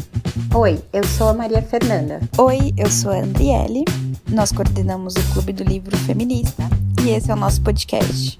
Oi, eu sou a Maria Fernanda. Oi, eu sou a Andriele. Nós coordenamos o Clube do Livro Feminista e esse é o nosso podcast.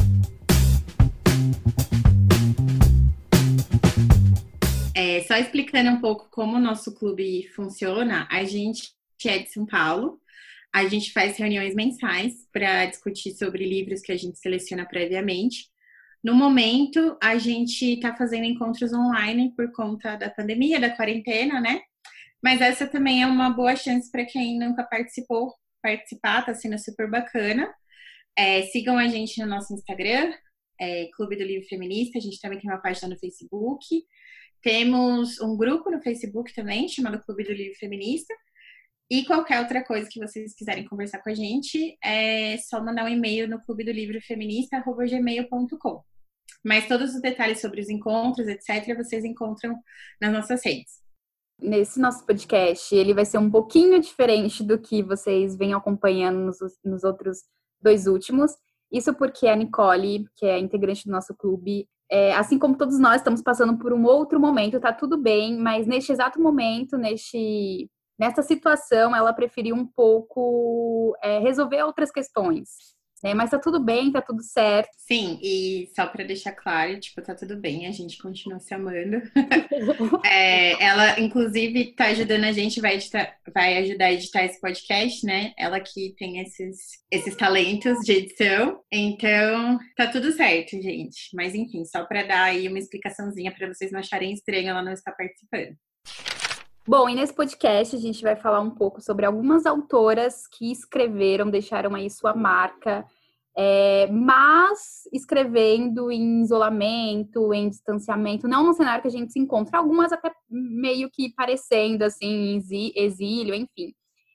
Só explicando um pouco como o nosso clube funciona, a gente é de São Paulo, a gente faz reuniões mensais para discutir sobre livros que a gente seleciona previamente. No momento, a gente está fazendo encontros online por conta da pandemia, da quarentena, né? Mas essa também é uma boa chance para quem nunca participar, tá sendo super bacana. Sigam a gente no nosso Instagram, Clube do Livro Feminista, a gente também tem uma página no Facebook. Temos um grupo no Facebook também, chamado Clube do Livro Feminista. E qualquer outra coisa que vocês quiserem conversar com a gente, é só mandar um e-mail no clubedolivrofeminista@gmail.com. Mas todos os detalhes sobre os encontros, etc., vocês encontram nas nossas redes. Nesse nosso podcast, ele vai ser um pouquinho diferente do que vocês vêm acompanhando nos outros dois últimos. Isso porque a Nicole, que é a integrante do nosso clube, assim como todos nós, estamos passando por um outro momento, tá tudo bem, mas neste exato momento, nessa situação, ela preferiu um pouco resolver outras questões, né? Mas tá tudo bem, tá tudo certo. Sim, e só pra deixar claro, tipo, tá tudo bem, a gente continua se amando. Ela, inclusive, tá ajudando a gente, vai ajudar a editar esse podcast, né? Ela que tem esses talentos de edição. Então, tá tudo certo, gente. Mas, enfim, só pra dar aí uma explicação,zinha pra vocês não acharem estranho ela não estar participando. Bom, e nesse podcast a gente vai falar um pouco sobre algumas autoras que escreveram, deixaram aí sua marca, mas escrevendo em isolamento, em distanciamento, não no cenário que a gente se encontra, algumas até meio que parecendo assim, exílio, enfim.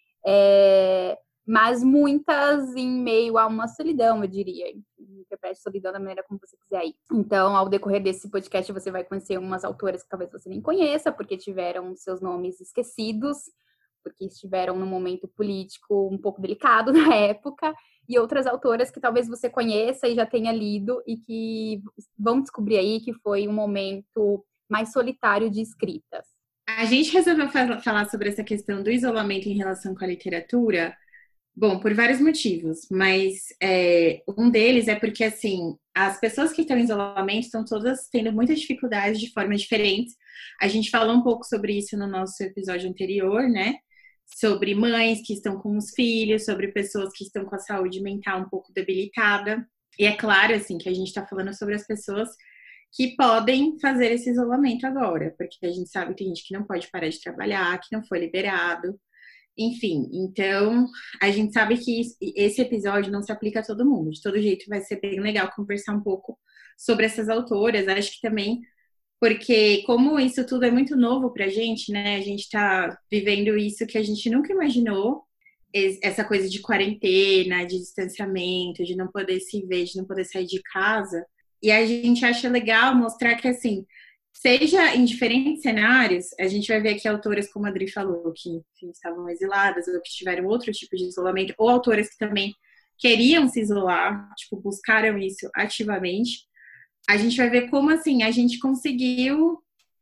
Mas muitas em meio a uma solidão, eu diria. Interprete solidão da maneira como você quiser ir. Então, ao decorrer desse podcast, você vai conhecer umas autoras que talvez você nem conheça, porque tiveram seus nomes esquecidos, porque estiveram num momento político um pouco delicado na época, e outras autoras que talvez você conheça e já tenha lido, e que vão descobrir aí que foi um momento mais solitário de escritas. A gente resolveu falar sobre essa questão do isolamento em relação com a literatura, bom, por vários motivos, mas um deles é porque, assim, as pessoas que estão em isolamento estão todas tendo muitas dificuldades de formas diferentes. A gente falou um pouco sobre isso no nosso episódio anterior, né? Sobre mães que estão com os filhos, sobre pessoas que estão com a saúde mental um pouco debilitada. E é claro, assim, que a gente está falando sobre as pessoas que podem fazer esse isolamento agora, porque a gente sabe que tem gente que não pode parar de trabalhar, que não foi liberado. Enfim, então a gente sabe que esse episódio não se aplica a todo mundo. De todo jeito, vai ser bem legal conversar um pouco sobre essas autoras. Acho que também, porque como isso tudo é muito novo pra gente, né? A gente tá vivendo isso que a gente nunca imaginou. Essa coisa de quarentena, de distanciamento, de não poder se ver, de não poder sair de casa. E a gente acha legal mostrar que, assim, seja em diferentes cenários, a gente vai ver aqui autoras, como a Adri falou, que enfim, estavam exiladas ou que tiveram outro tipo de isolamento, ou autoras que também queriam se isolar, tipo, buscaram isso ativamente. A gente vai ver como, assim, a gente conseguiu,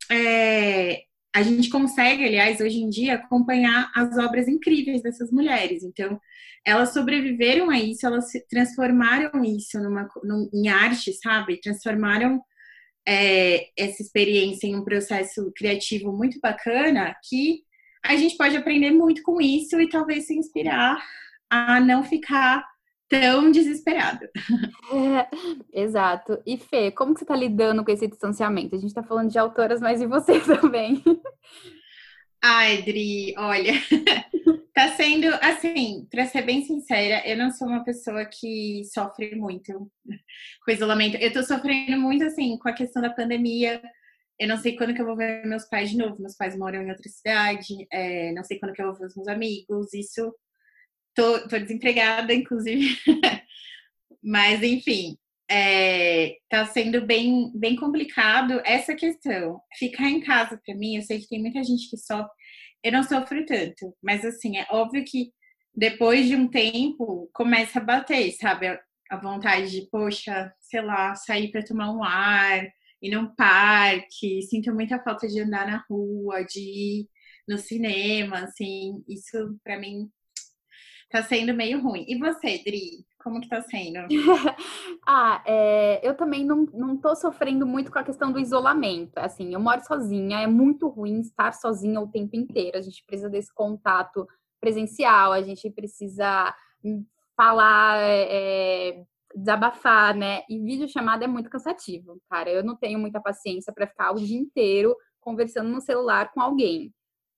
a gente consegue, aliás, hoje em dia, acompanhar as obras incríveis dessas mulheres. Então, elas sobreviveram a isso, elas transformaram isso em arte, sabe? Transformaram essa experiência em um processo criativo muito bacana, que a gente pode aprender muito com isso e talvez se inspirar a não ficar tão desesperado. Exato. E Fê, como que você tá lidando com esse distanciamento? A gente tá falando de autoras, mas e você também? Ai, Dri, olha, tá sendo, assim, pra ser bem sincera, eu não sou uma pessoa que sofre muito com isolamento. Eu tô sofrendo muito, assim, com a questão da pandemia. Eu não sei quando que eu vou ver meus pais de novo. Meus pais moram em outra cidade. Não sei quando que eu vou ver os meus amigos. Isso, tô desempregada, inclusive. Mas, enfim, tá sendo bem, bem complicado essa questão. Ficar em casa, pra mim, eu sei que tem muita gente que sofre. Eu não sofro tanto, mas, assim, é óbvio que depois de um tempo começa a bater, sabe? A vontade de, poxa, sei lá, sair para tomar um ar. ir num parque, sinto muita falta de andar na rua, de ir no cinema, assim, isso pra mim tá sendo meio ruim. E você, Dri, como que tá sendo? Eu também não tô sofrendo muito com a questão do isolamento. Assim, eu moro sozinha, é muito ruim estar sozinha o tempo inteiro. A gente precisa desse contato presencial, a gente precisa falar, desabafar, né? E videochamada é muito cansativo, cara. Eu não tenho muita paciência para ficar o dia inteiro conversando no celular com alguém.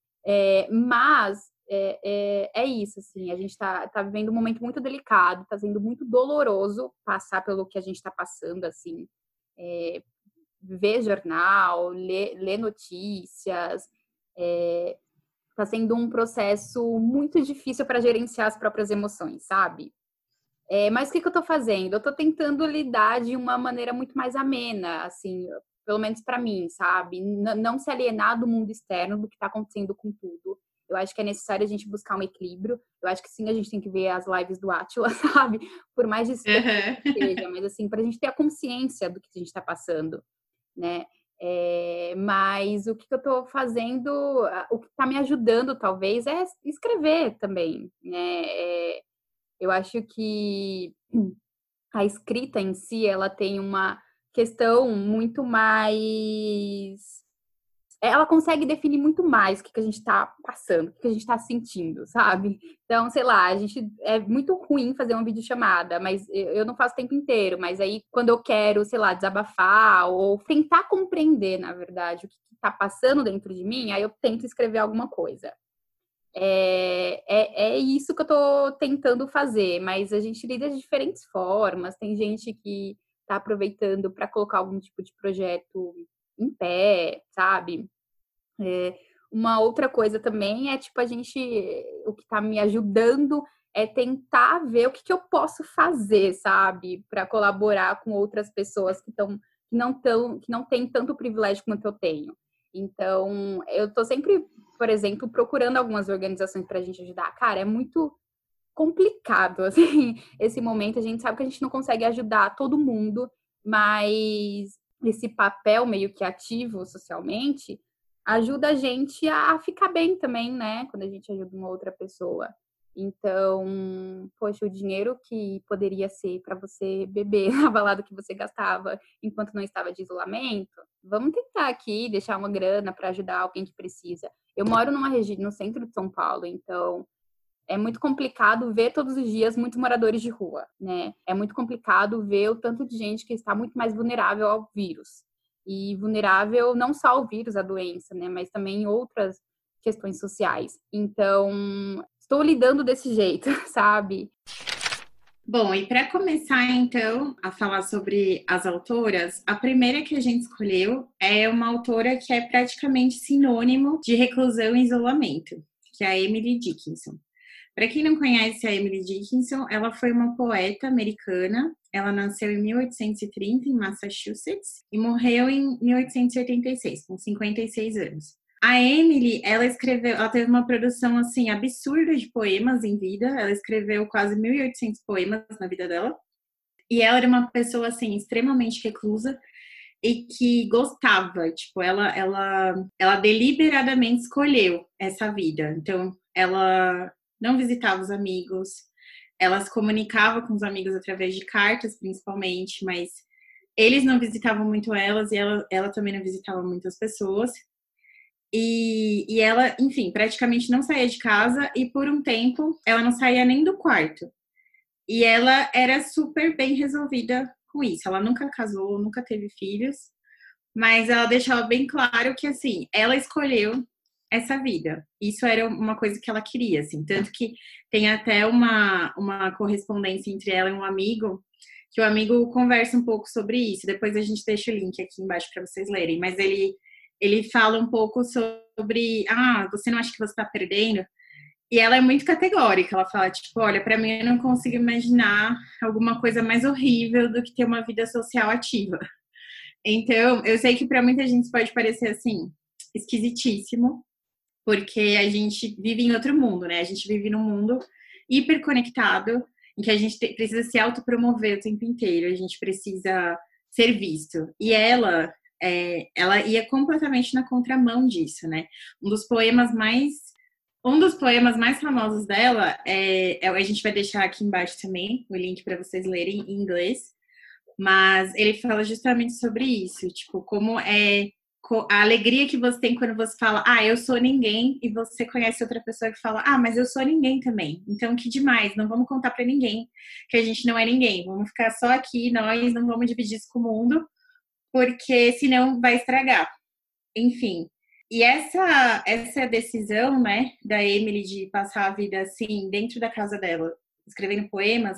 Mas é isso, assim, a gente tá vivendo um momento muito delicado, tá sendo muito doloroso passar pelo que a gente tá passando, assim, ver jornal, ler notícias, tá sendo um processo muito difícil para gerenciar as próprias emoções, sabe? Mas o que eu tô fazendo? Eu tô tentando lidar de uma maneira muito mais amena, assim, pelo menos para mim, sabe? Não se alienar do mundo externo, do que tá acontecendo com tudo. Eu acho que é necessário a gente buscar um equilíbrio. Eu acho que sim, a gente tem que ver as lives do Átila, sabe? Por mais distante que seja, mas assim, pra gente ter a consciência do que a gente tá passando, né? Mas o que eu tô fazendo, o que tá me ajudando, talvez, é escrever também, né? Eu acho que a escrita em si, ela tem uma questão muito mais... Ela consegue definir muito mais o que a gente tá passando, o que a gente tá sentindo, sabe? Então, sei lá, é muito ruim fazer uma videochamada, mas eu não faço o tempo inteiro. Mas aí, quando eu quero, sei lá, desabafar ou tentar compreender, na verdade, o que tá passando dentro de mim, aí eu tento escrever alguma coisa. É isso que eu tô tentando fazer, mas a gente lida de diferentes formas. Tem gente que tá aproveitando para colocar algum tipo de projeto em pé, sabe? Uma outra coisa também é, tipo, o que tá me ajudando é tentar ver o que eu posso fazer, sabe? Para colaborar com outras pessoas que não têm tanto privilégio quanto eu tenho. Então, eu tô sempre, por exemplo, procurando algumas organizações pra gente ajudar. Cara, é muito complicado, assim, esse momento. A gente sabe que a gente não consegue ajudar todo mundo, mas esse papel meio que ativo socialmente ajuda a gente a ficar bem também, né? Quando a gente ajuda uma outra pessoa. Então, poxa, o dinheiro que poderia ser para você beber na balada que você gastava enquanto não estava de isolamento, vamos tentar aqui deixar uma grana para ajudar alguém que precisa. Eu moro numa região no centro de São Paulo, então é muito complicado ver todos os dias muitos moradores de rua, né? É muito complicado ver o tanto de gente que está muito mais vulnerável ao vírus. E vulnerável não só ao vírus, à doença, né? Mas também outras questões sociais. Então, estou lidando desse jeito, sabe? Bom, e para começar, então, a falar sobre as autoras, a primeira que a gente escolheu é uma autora que é praticamente sinônimo de reclusão e isolamento, que é a Emily Dickinson. Para quem não conhece a Emily Dickinson, ela foi uma poeta americana. Ela nasceu em 1830 em Massachusetts e morreu em 1886, com 56 anos. A Emily, ela teve uma produção assim absurda de poemas em vida. Ela escreveu quase 1.800 poemas na vida dela. E ela era uma pessoa assim extremamente reclusa e que gostava, tipo, ela deliberadamente escolheu essa vida. Então, ela não visitava os amigos, ela se comunicava com os amigos através de cartas, principalmente, mas eles não visitavam muito elas e ela também não visitava muitas pessoas. E ela, enfim, praticamente não saía de casa e por um tempo ela não saía nem do quarto. E ela era super bem resolvida com isso. Ela nunca casou, nunca teve filhos, mas ela deixava bem claro que, assim, ela escolheu essa vida. Isso era uma coisa que ela queria, assim. Tanto que tem até uma correspondência entre ela e um amigo, que o amigo conversa um pouco sobre isso. Depois a gente deixa o link aqui embaixo para vocês lerem. Mas ele fala um pouco sobre, você não acha que você está perdendo? E ela é muito categórica, ela fala, tipo, olha, para mim eu não consigo imaginar alguma coisa mais horrível do que ter uma vida social ativa. Então, eu sei que para muita gente pode parecer, assim, esquisitíssimo, porque a gente vive em outro mundo, né? A gente vive num mundo hiperconectado, em que a gente precisa se autopromover o tempo inteiro, a gente precisa ser visto. E ela ela ia completamente na contramão disso, né? Um dos poemas mais famosos dela a gente vai deixar aqui embaixo também o link para vocês lerem em inglês, mas ele fala justamente sobre isso, tipo, como a alegria que você tem quando você fala, eu sou ninguém, e você conhece outra pessoa que fala, mas eu sou ninguém também. Então, que demais, não vamos contar para ninguém que a gente não é ninguém. Vamos ficar só aqui, nós não vamos dividir isso com o mundo, porque senão vai estragar. Enfim. E essa decisão, né, da Emily de passar a vida assim, dentro da casa dela, escrevendo poemas,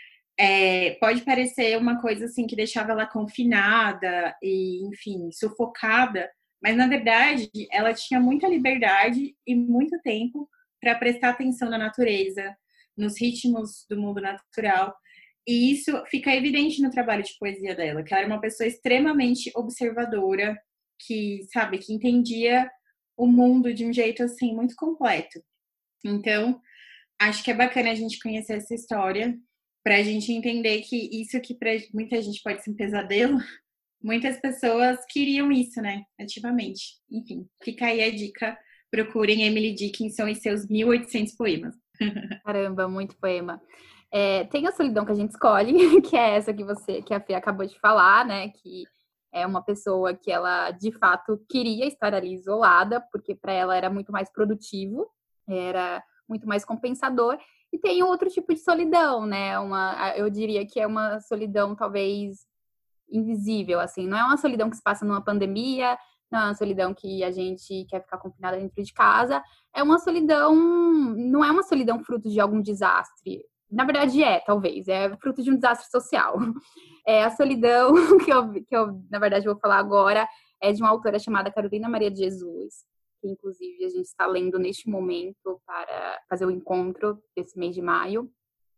pode parecer uma coisa assim que deixava ela confinada e, enfim, sufocada, mas na verdade ela tinha muita liberdade e muito tempo para prestar atenção na natureza, nos ritmos do mundo natural. E isso fica evidente no trabalho de poesia dela, que ela era uma pessoa extremamente observadora, que entendia o mundo de um jeito assim muito completo. Então, acho que é bacana a gente conhecer essa história para a gente entender que isso que para muita gente pode ser um pesadelo, muitas pessoas queriam isso, né, ativamente. Enfim, fica aí a dica, procurem Emily Dickinson e seus 1.800 poemas. Caramba, muito poema. Tem a solidão que a gente escolhe, que é essa que a Fê acabou de falar, né, que é uma pessoa que ela, de fato, queria estar ali isolada, porque para ela era muito mais produtivo, era muito mais compensador. E tem outro tipo de solidão, né? Eu diria que é uma solidão talvez invisível, assim. Não é uma solidão que se passa numa pandemia, não é uma solidão que a gente quer ficar confinada dentro de casa. É uma solidão, não é uma solidão fruto de algum desastre. Na verdade talvez, é fruto de um desastre social. A solidão que eu, na verdade, vou falar agora é de uma autora chamada Carolina Maria de Jesus, que inclusive a gente está lendo neste momento para fazer o encontro desse mês de maio.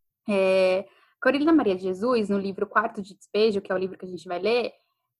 Carolina Maria de Jesus, no livro Quarto de Despejo, que é o livro que a gente vai ler,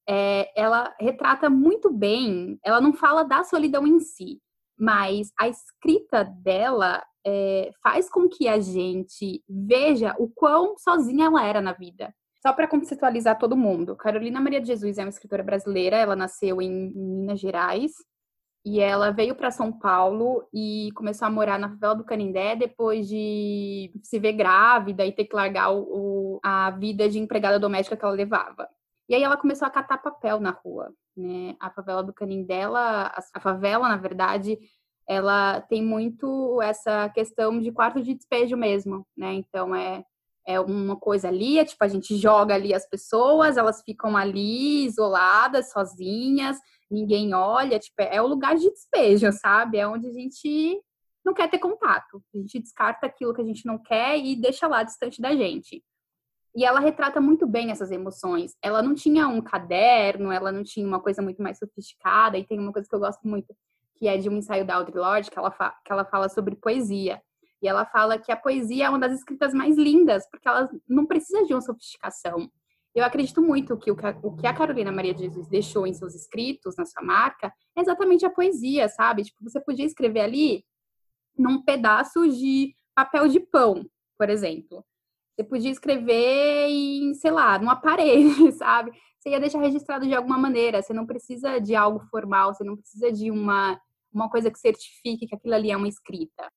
ela retrata muito bem, ela não fala da solidão em si, mas a escrita dela faz com que a gente veja o quão sozinha ela era na vida. Só para conceitualizar todo mundo, Carolina Maria de Jesus é uma escritora brasileira, ela nasceu em Minas Gerais, e ela veio para São Paulo e começou a morar na favela do Canindé depois de se ver grávida e ter que largar a vida de empregada doméstica que ela levava. E aí ela começou a catar papel na rua, né? A favela do Canindé, a favela, na verdade, ela tem muito essa questão de quarto de despejo mesmo, né? Então é uma coisa ali, tipo, a gente joga ali as pessoas, elas ficam ali isoladas, sozinhas, ninguém olha, tipo, é o lugar de despejo, sabe? É onde a gente não quer ter contato. A gente descarta aquilo que a gente não quer e deixa lá distante da gente. E ela retrata muito bem essas emoções. Ela não tinha um caderno, ela não tinha uma coisa muito mais sofisticada, e tem uma coisa que eu gosto muito, que é de um ensaio da Audre Lorde, que ela fala sobre poesia. E ela fala que a poesia é uma das escritas mais lindas, porque ela não precisa de uma sofisticação. Eu acredito muito que o que a Carolina Maria de Jesus deixou em seus escritos, na sua marca, é exatamente a poesia, sabe? Tipo, você podia escrever ali num pedaço de papel de pão, por exemplo. Você podia escrever em, sei lá, numa parede, sabe? Você ia deixar registrado de alguma maneira. Você não precisa de algo formal, você não precisa de uma coisa que certifique que aquilo ali é uma escrita.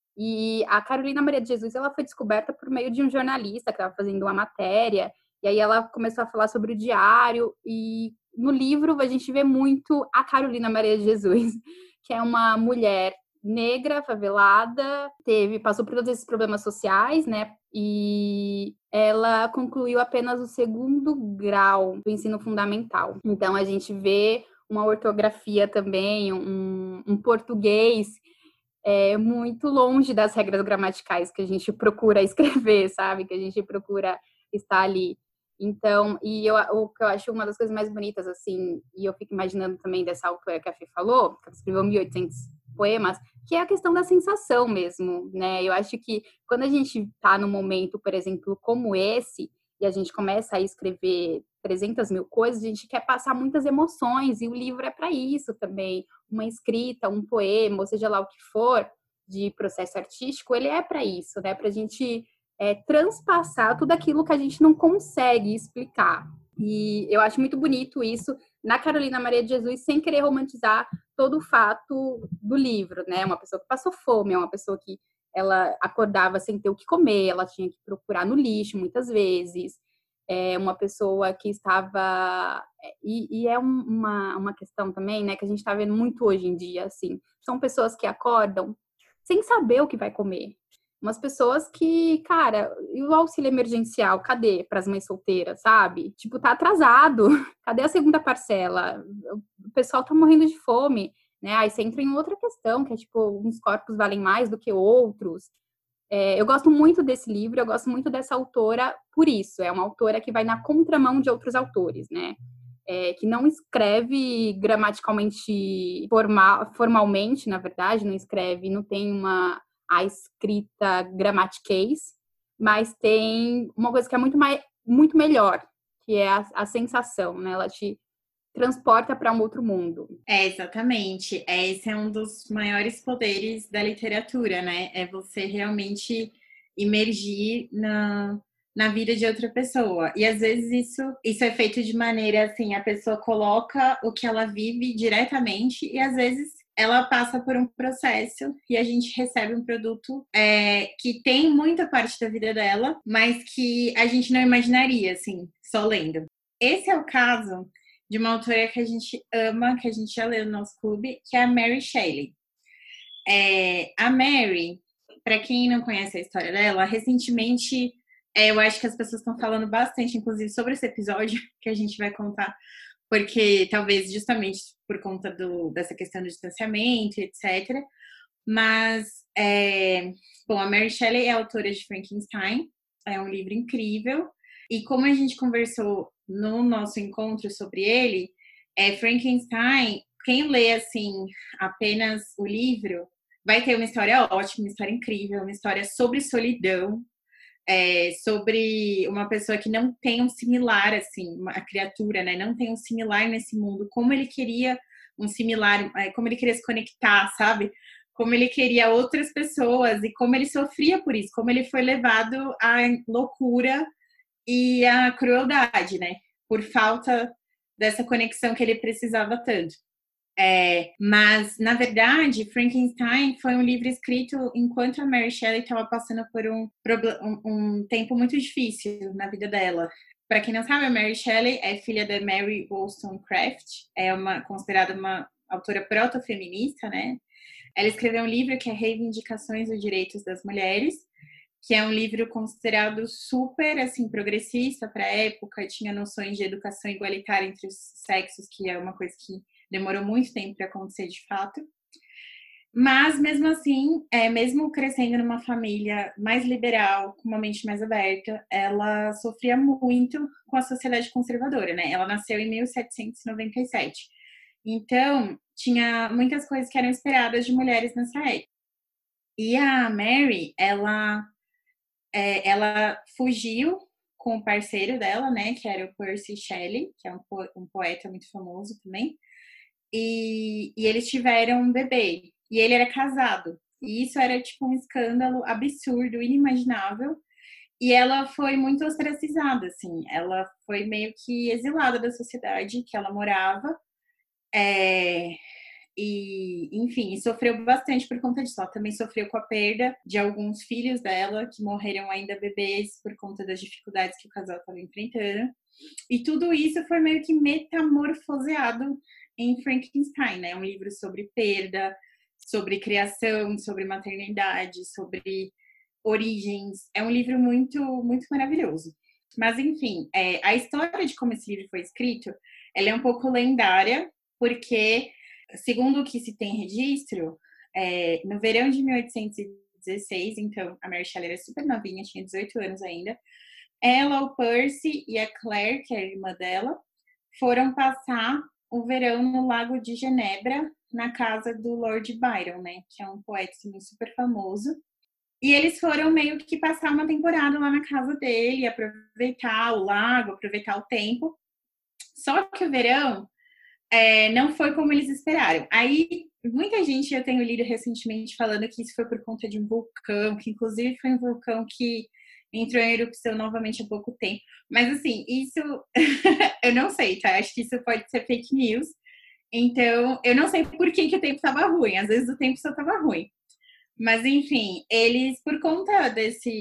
E a Carolina Maria de Jesus, ela foi descoberta por meio de um jornalista que estava fazendo uma matéria, e aí ela começou a falar sobre o diário, e no livro a gente vê muito a Carolina Maria de Jesus, que é uma mulher negra, favelada, passou por todos esses problemas sociais, né? E ela concluiu apenas o 2º grau do ensino fundamental. Então a gente vê uma ortografia também, um português muito longe das regras gramaticais que a gente procura escrever, sabe? Que a gente procura estar ali. Então, o que eu acho uma das coisas mais bonitas, assim, e eu fico imaginando também dessa autora que a Fê falou, que escreveu 1.800 poemas, que é a questão da sensação mesmo, né? Eu acho que quando a gente tá num momento, por exemplo, como esse, e a gente começa a escrever 300 mil coisas, a gente quer passar muitas emoções, e o livro é para isso também. Uma escrita, um poema, ou seja lá o que for, de processo artístico, ele é para isso, né? Para a gente transpassar tudo aquilo que a gente não consegue explicar. E eu acho muito bonito isso na Carolina Maria de Jesus, sem querer romantizar todo o fato do livro, né? Uma pessoa que passou fome, é uma pessoa que ela acordava sem ter o que comer, ela tinha que procurar no lixo muitas vezes. É uma pessoa que estava... E é uma questão também, né, que a gente está vendo muito hoje em dia, assim. São pessoas que acordam sem saber o que vai comer. Umas pessoas que, cara, e o auxílio emergencial, cadê para as mães solteiras, sabe? Tipo, tá atrasado. Cadê a segunda parcela? O pessoal tá morrendo de fome, né? Aí você entra em outra questão, que é tipo, uns corpos valem mais do que outros. Eu gosto muito desse livro, eu gosto muito dessa autora por isso. É uma autora que vai na contramão de outros autores, né? Que não escreve gramaticalmente, formalmente, na verdade, não escreve, não tem a escrita gramatiquez, mas tem uma coisa que é muito melhor, que é a sensação, né? Ela te transporta para um outro mundo. Exatamente. Esse é um dos maiores poderes da literatura, né? É você realmente imergir na vida de outra pessoa. E às vezes isso é feito de maneira assim, a pessoa coloca o que ela vive diretamente e às vezes ela passa por um processo e a gente recebe um produto que tem muita parte da vida dela, mas que a gente não imaginaria, assim, só lendo. Esse é o caso de uma autora que a gente ama, que a gente já leu no nosso clube, que é a Mary Shelley. A Mary, para quem não conhece a história dela, recentemente, eu acho que as pessoas estão falando bastante, inclusive, sobre esse episódio que a gente vai contar, porque talvez justamente por conta dessa questão do distanciamento, etc. Mas, bom, a Mary Shelley é autora de Frankenstein, é um livro incrível, e como a gente conversou no nosso encontro sobre ele, Frankenstein, quem lê, assim, apenas o livro, vai ter uma história ótima, uma história incrível, uma história sobre solidão, sobre uma pessoa que não tem um similar, assim, uma criatura, né? Não tem um similar nesse mundo, como ele queria um similar, como ele queria se conectar, sabe? Como ele queria outras pessoas e como ele sofria por isso, como ele foi levado à loucura e à crueldade, né? Por falta dessa conexão que ele precisava tanto. Mas, na verdade, Frankenstein foi um livro escrito enquanto a Mary Shelley estava passando por um tempo muito difícil na vida dela. Para quem não sabe, a Mary Shelley é filha da Mary Wollstonecraft, considerada uma autora proto-feminista, né? Ela escreveu um livro que é Reivindicações dos Direitos das Mulheres, que é um livro considerado super, assim, progressista para a época, tinha noções de educação igualitária entre os sexos, que é uma coisa que demorou muito tempo para acontecer de fato. Mas, mesmo assim, mesmo crescendo numa família mais liberal, com uma mente mais aberta, ela sofria muito com a sociedade conservadora, né? Ela nasceu em 1797. Então, tinha muitas coisas que eram esperadas de mulheres nessa época. E a Mary, ela fugiu com o parceiro dela, né, que era o Percy Shelley, que é um poeta muito famoso também, e eles tiveram um bebê, e ele era casado, e isso era tipo um escândalo absurdo, inimaginável, e ela foi muito ostracizada, assim, ela foi meio que exilada da sociedade que ela morava, e, enfim, sofreu bastante por conta disso. Ela também sofreu com a perda de alguns filhos dela, que morreram ainda bebês por conta das dificuldades que o casal estava enfrentando. E tudo isso foi meio que metamorfoseado em Frankenstein, né? Um livro sobre perda, sobre criação, sobre maternidade, sobre origens. É um livro muito, muito maravilhoso. Mas, enfim, a história de como esse livro foi escrito, ela é um pouco lendária, porque, segundo o que se tem registro, no verão de 1816, então a Mary Shelley era super novinha, tinha 18 anos ainda, ela, o Percy e a Claire, que é a irmã dela, foram passar o verão no Lago de Genebra, na casa do Lord Byron, né, que é um poeta também super famoso. E eles foram meio que passar uma temporada lá na casa dele, aproveitar o lago, aproveitar o tempo. Só que o verão não foi como eles esperaram. Aí, muita gente, eu tenho lido recentemente falando que isso foi por conta de um vulcão, que inclusive foi um vulcão que entrou em erupção novamente há pouco tempo. Mas, assim, isso eu não sei, tá? Acho que isso pode ser fake news. Então, eu não sei por que o tempo estava ruim. Às vezes o tempo só estava ruim. Mas, enfim, eles, por conta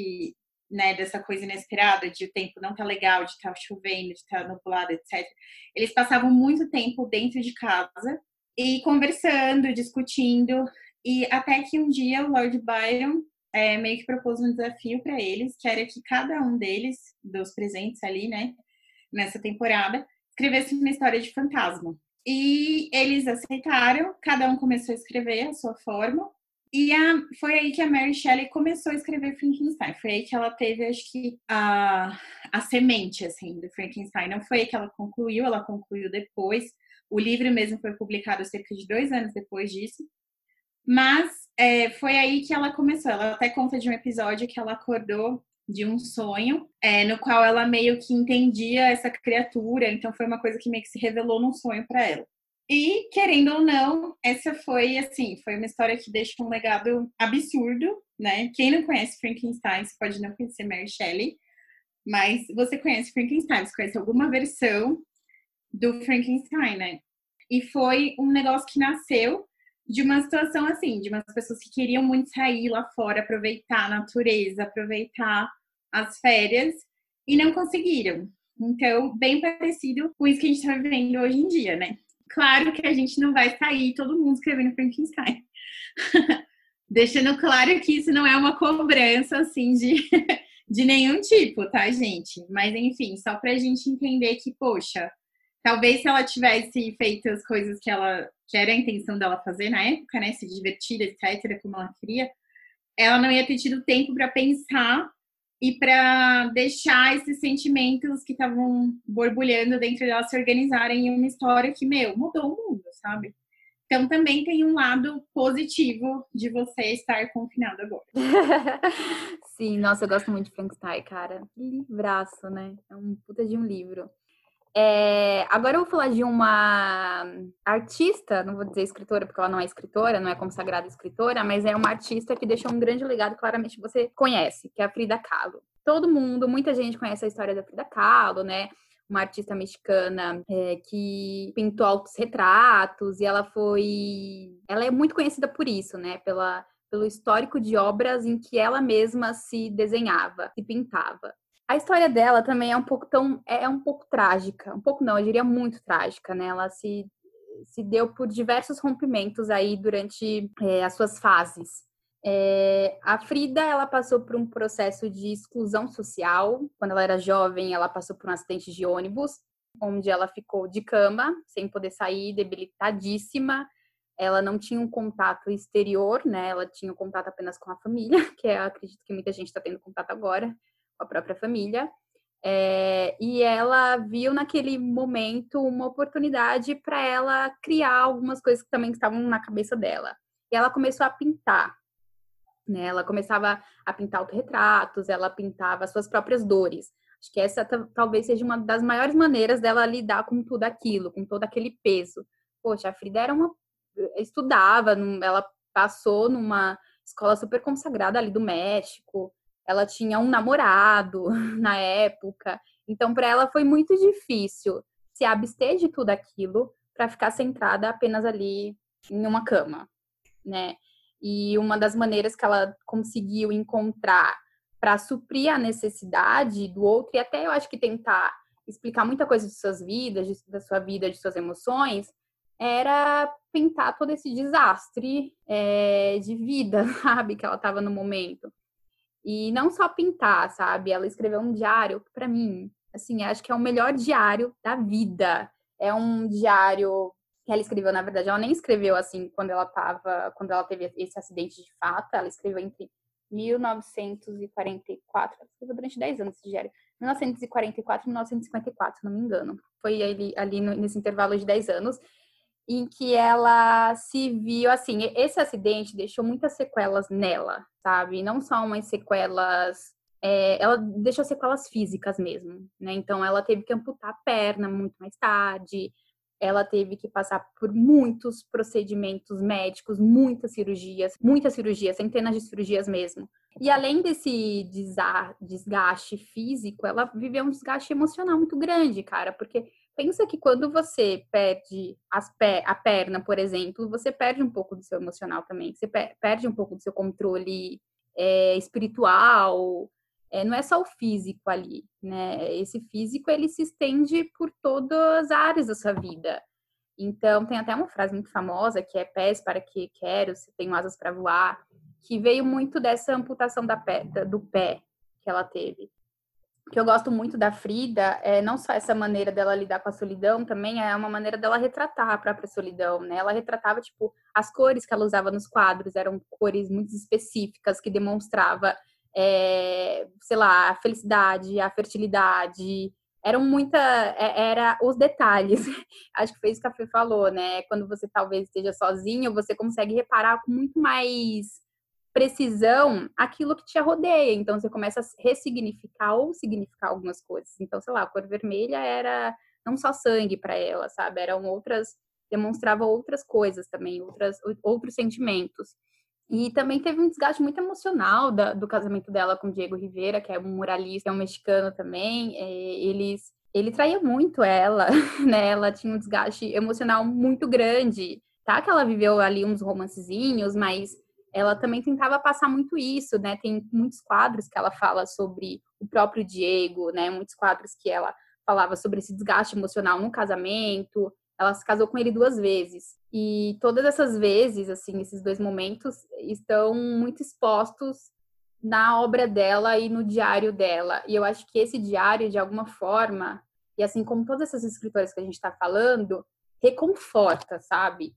dessa coisa inesperada, de o tempo não tá legal, de estar chovendo, de estar nublado, etc., eles passavam muito tempo dentro de casa e conversando, discutindo. E até que um dia o Lord Byron meio que propôs um desafio para eles, que era que cada um deles, dos presentes ali, né, nessa temporada, escrevesse uma história de fantasma. E eles aceitaram, cada um começou a escrever a sua forma. E foi aí que a Mary Shelley começou a escrever Frankenstein. Foi aí que ela teve, acho que, a semente, assim, do Frankenstein. Não foi aí que ela concluiu depois. O livro mesmo foi publicado cerca de 2 anos depois disso. Mas foi aí que ela começou. Ela até conta de um episódio que ela acordou de um sonho, no qual ela meio que entendia essa criatura. Então foi uma coisa que meio que se revelou num sonho para ela. E, querendo ou não, essa foi uma história que deixa um legado absurdo, né? Quem não conhece Frankenstein, você pode não conhecer Mary Shelley, mas você conhece Frankenstein, você conhece alguma versão do Frankenstein, né? E foi um negócio que nasceu de uma situação assim, de umas pessoas que queriam muito sair lá fora, aproveitar a natureza, aproveitar as férias, e não conseguiram. Então, bem parecido com isso que a gente está vivendo hoje em dia, né? Claro que a gente não vai sair todo mundo escrevendo Frankenstein. Deixando claro que isso não é uma cobrança, assim, de nenhum tipo, tá, gente? Mas, enfim, só pra gente entender que, poxa, talvez se ela tivesse feito as coisas que era a intenção dela fazer na época, né? Se divertir, etc., como ela queria, ela não ia ter tido tempo para pensar e para deixar esses sentimentos que estavam borbulhando dentro dela se organizarem em uma história que, mudou o mundo, sabe? Então também tem um lado positivo de você estar confinado agora. Sim, nossa, eu gosto muito de Frankenstein, cara. Livraço, né? É um puta de um livro. Agora eu vou falar de uma artista, não vou dizer escritora, porque ela não é escritora, não é consagrada escritora, mas é uma artista que deixou um grande legado, claramente você conhece, que é a Frida Kahlo. Todo mundo, muita gente conhece a história da Frida Kahlo, né? Uma artista mexicana que pintou autorretratos, e ela é muito conhecida por isso, né? Pelo histórico de obras em que ela mesma se desenhava, se pintava. A história dela também é um pouco trágica. Um pouco não, eu diria muito trágica, né? Ela se deu por diversos rompimentos aí durante as suas fases. A Frida, ela passou por um processo de exclusão social. Quando ela era jovem, ela passou por um acidente de ônibus, onde ela ficou de cama, sem poder sair, debilitadíssima. Ela não tinha um contato exterior, né? Ela tinha um contato apenas com a família, que acredito que muita gente está tendo contato agora, com a própria família. E ela viu naquele momento uma oportunidade para ela criar algumas coisas que também estavam na cabeça dela. E ela começou a pintar, né? Ela começava a pintar autorretratos, ela pintava suas próprias dores. Acho que essa talvez seja uma das maiores maneiras dela lidar com tudo aquilo, com todo aquele peso. Poxa, a Frida estudava, ela passou numa escola super consagrada ali do México. Ela tinha um namorado na época. Então, para ela foi muito difícil se abster de tudo aquilo para ficar centrada apenas ali em uma cama, né? E uma das maneiras que ela conseguiu encontrar para suprir a necessidade do outro, e até eu acho que tentar explicar muita coisa de suas vidas, da sua vida, de suas emoções, era pintar todo esse desastre de vida, sabe? Que ela estava no momento. E não só pintar, sabe? Ela escreveu um diário que, para mim, assim, acho que é o melhor diário da vida. É um diário que ela escreveu, na verdade, ela nem escreveu assim quando ela teve esse acidente de fato. Ela escreveu entre 1944, ela escreveu durante 10 anos esse diário. 1944 e 1954, se não me engano. Foi ali nesse intervalo de 10 anos. Em que ela se viu, assim, esse acidente deixou muitas sequelas nela, sabe? Não só umas sequelas, ela deixou sequelas físicas mesmo, né? Então, ela teve que amputar a perna muito mais tarde, ela teve que passar por muitos procedimentos médicos, muitas cirurgias, centenas de cirurgias mesmo. E além desse desgaste físico, ela viveu um desgaste emocional muito grande, cara, porque pensa que quando você perde a perna, por exemplo, você perde um pouco do seu emocional também, você perde um pouco do seu controle espiritual, não é só o físico ali, né? Esse físico, ele se estende por todas as áreas da sua vida. Então, tem até uma frase muito famosa, que é pés para que quero, se tenho asas para voar, que veio muito dessa amputação do pé que ela teve. O que eu gosto muito da Frida é não só essa maneira dela lidar com a solidão, também é uma maneira dela retratar a própria solidão, né? Ela retratava, tipo, as cores que ela usava nos quadros eram cores muito específicas que demonstrava, sei lá, a felicidade, a fertilidade, era os detalhes. Acho que foi isso que a Fê falou, né? Quando você talvez esteja sozinho, você consegue reparar com muito mais precisão aquilo que te rodeia. Então, você começa a ressignificar ou significar algumas coisas. Então, sei lá, a cor vermelha era não só sangue para ela, sabe? Demonstrava outras coisas também, outros sentimentos. E também teve um desgaste muito emocional do casamento dela com o Diego Rivera, que é um muralista, é um mexicano também. Ele traía muito ela, né? Ela tinha um desgaste emocional muito grande. Tá que ela viveu ali uns romancezinhos, mas ela também tentava passar muito isso, né? Tem muitos quadros que ela fala sobre o próprio Diego, né? Muitos quadros que ela falava sobre esse desgaste emocional no casamento. Ela se casou com ele 2 vezes. E todas essas vezes, assim, esses 2 momentos estão muito expostos na obra dela e no diário dela. E eu acho que esse diário, de alguma forma, e assim como todas essas escritoras que a gente está falando, reconforta, sabe?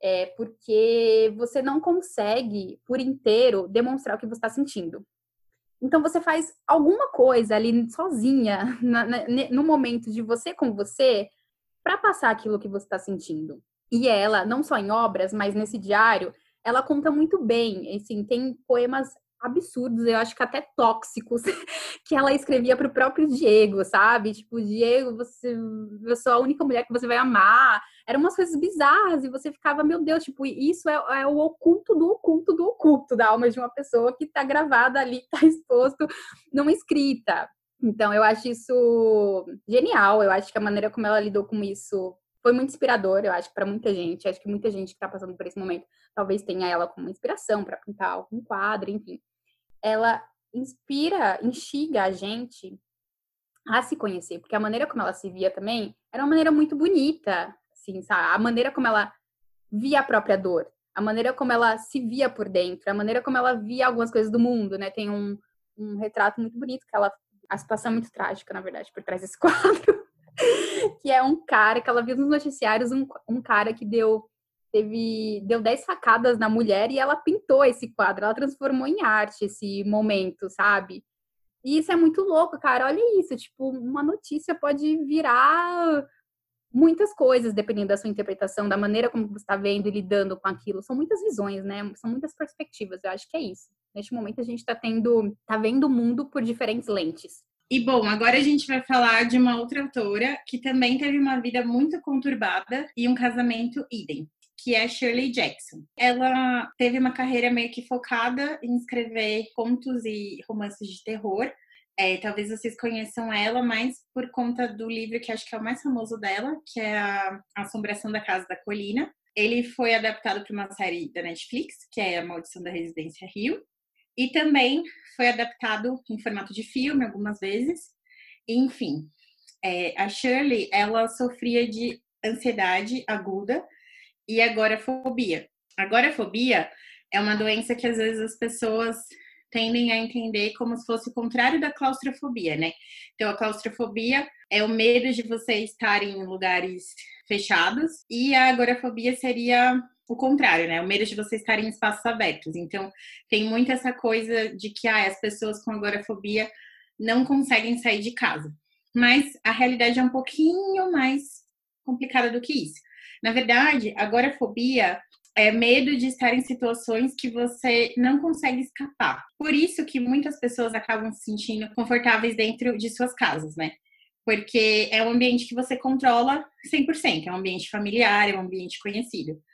Porque você não consegue, por inteiro, demonstrar o que você está sentindo. Então, você faz alguma coisa ali sozinha, no momento de você com você, para passar aquilo que você está sentindo. E ela, não só em obras, mas nesse diário, ela conta muito bem. Assim, tem poemas absurdos, eu acho que até tóxicos, que ela escrevia para o próprio Diego, sabe? Tipo, Diego, eu sou a única mulher que você vai amar. Eram umas coisas bizarras e você ficava, meu Deus, tipo, isso é o oculto do oculto do oculto da alma de uma pessoa que tá gravada ali, tá exposto numa escrita. Então, eu acho isso genial. Eu acho que a maneira como ela lidou com isso foi muito inspiradora, eu acho, para muita gente. Acho que muita gente que está passando por esse momento talvez tenha ela como inspiração para pintar algum quadro, enfim. Ela instiga a gente a se conhecer, porque a maneira como ela se via também era uma maneira muito bonita, assim, sabe? A maneira como ela via a própria dor, a maneira como ela se via por dentro, a maneira como ela via algumas coisas do mundo, né? Tem um retrato muito bonito que a situação é muito trágica, na verdade, por trás desse quadro, que é um cara que ela viu nos noticiários, um cara que deu 10 facadas na mulher e ela pintou esse quadro, ela transformou em arte esse momento, sabe? E isso é muito louco, cara. Olha isso, tipo, uma notícia pode virar muitas coisas, dependendo da sua interpretação, da maneira como você está vendo e lidando com aquilo. São muitas visões, né? São muitas perspectivas. Eu acho que é isso. Neste momento a gente tá vendo o mundo por diferentes lentes. E bom, agora a gente vai falar de uma outra autora que também teve uma vida muito conturbada e um casamento idem, que é Shirley Jackson. Ela teve uma carreira meio que focada em escrever contos e romances de terror. Talvez vocês conheçam ela mais por conta do livro que acho que é o mais famoso dela, que é A Assombração da Casa da Colina. Ele foi adaptado para uma série da Netflix, que é A Maldição da Residência Hill. E também foi adaptado em formato de filme algumas vezes. Enfim, a Shirley, ela sofria de ansiedade aguda e agorafobia. Agorafobia é uma doença que às vezes as pessoas tendem a entender como se fosse o contrário da claustrofobia, né? Então, a claustrofobia é o medo de você estar em lugares fechados e a agorafobia seria o contrário, né? O medo de você estar em espaços abertos. Então, tem muito essa coisa de que as pessoas com agorafobia não conseguem sair de casa. Mas a realidade é um pouquinho mais complicada do que isso. Na verdade, agorafobia é medo de estar em situações que você não consegue escapar. Por isso que muitas pessoas acabam se sentindo confortáveis dentro de suas casas, né? Porque é um ambiente que você controla 100%, é um ambiente familiar, é um ambiente conhecido.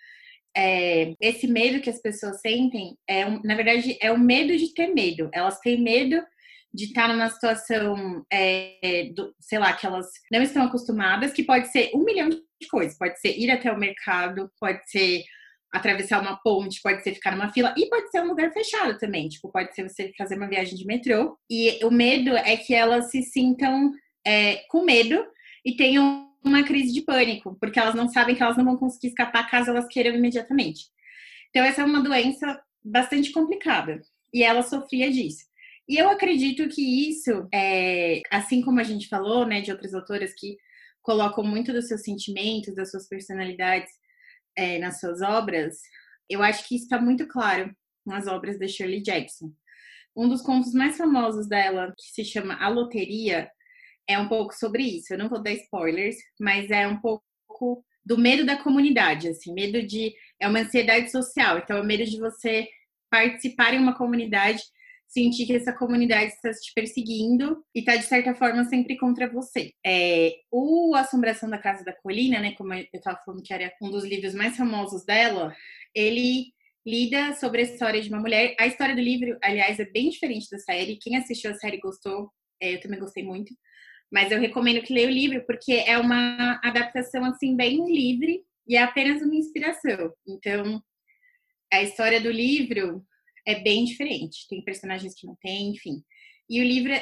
esse medo que as pessoas sentem, na verdade, é o medo de ter medo. Elas têm medo de estar numa situação, sei lá, que elas não estão acostumadas, que pode ser 1 milhão de coisas. Pode ser ir até o mercado, pode ser atravessar uma ponte, pode ser ficar numa fila, e pode ser um lugar fechado também. Tipo, pode ser você fazer uma viagem de metrô. E o medo é que elas se sintam com medo e tenham uma crise de pânico, porque elas não sabem que elas não vão conseguir escapar caso elas queiram imediatamente. Então, essa é uma doença bastante complicada. E ela sofria disso. E eu acredito que isso, assim como a gente falou, né, de outras autoras que colocam muito dos seus sentimentos, das suas personalidades nas suas obras, eu acho que isso está muito claro nas obras da Shirley Jackson. Um dos contos mais famosos dela, que se chama A Loteria, é um pouco sobre isso. Eu não vou dar spoilers, mas é um pouco do medo da comunidade, assim, medo de... É uma ansiedade social, então é o medo de você participar em uma comunidade, sentir que essa comunidade está te perseguindo e está, de certa forma, sempre contra você. O Assombração da Casa da Colina, né, como eu estava falando que era um dos livros mais famosos dela, ele lida sobre a história de uma mulher. A história do livro, aliás, é bem diferente da série. Quem assistiu a série gostou, eu também gostei muito. Mas eu recomendo que leia o livro, porque é uma adaptação, assim, bem livre e é apenas uma inspiração. Então, a história do livro é bem diferente. Tem personagens que não tem, enfim. E o livro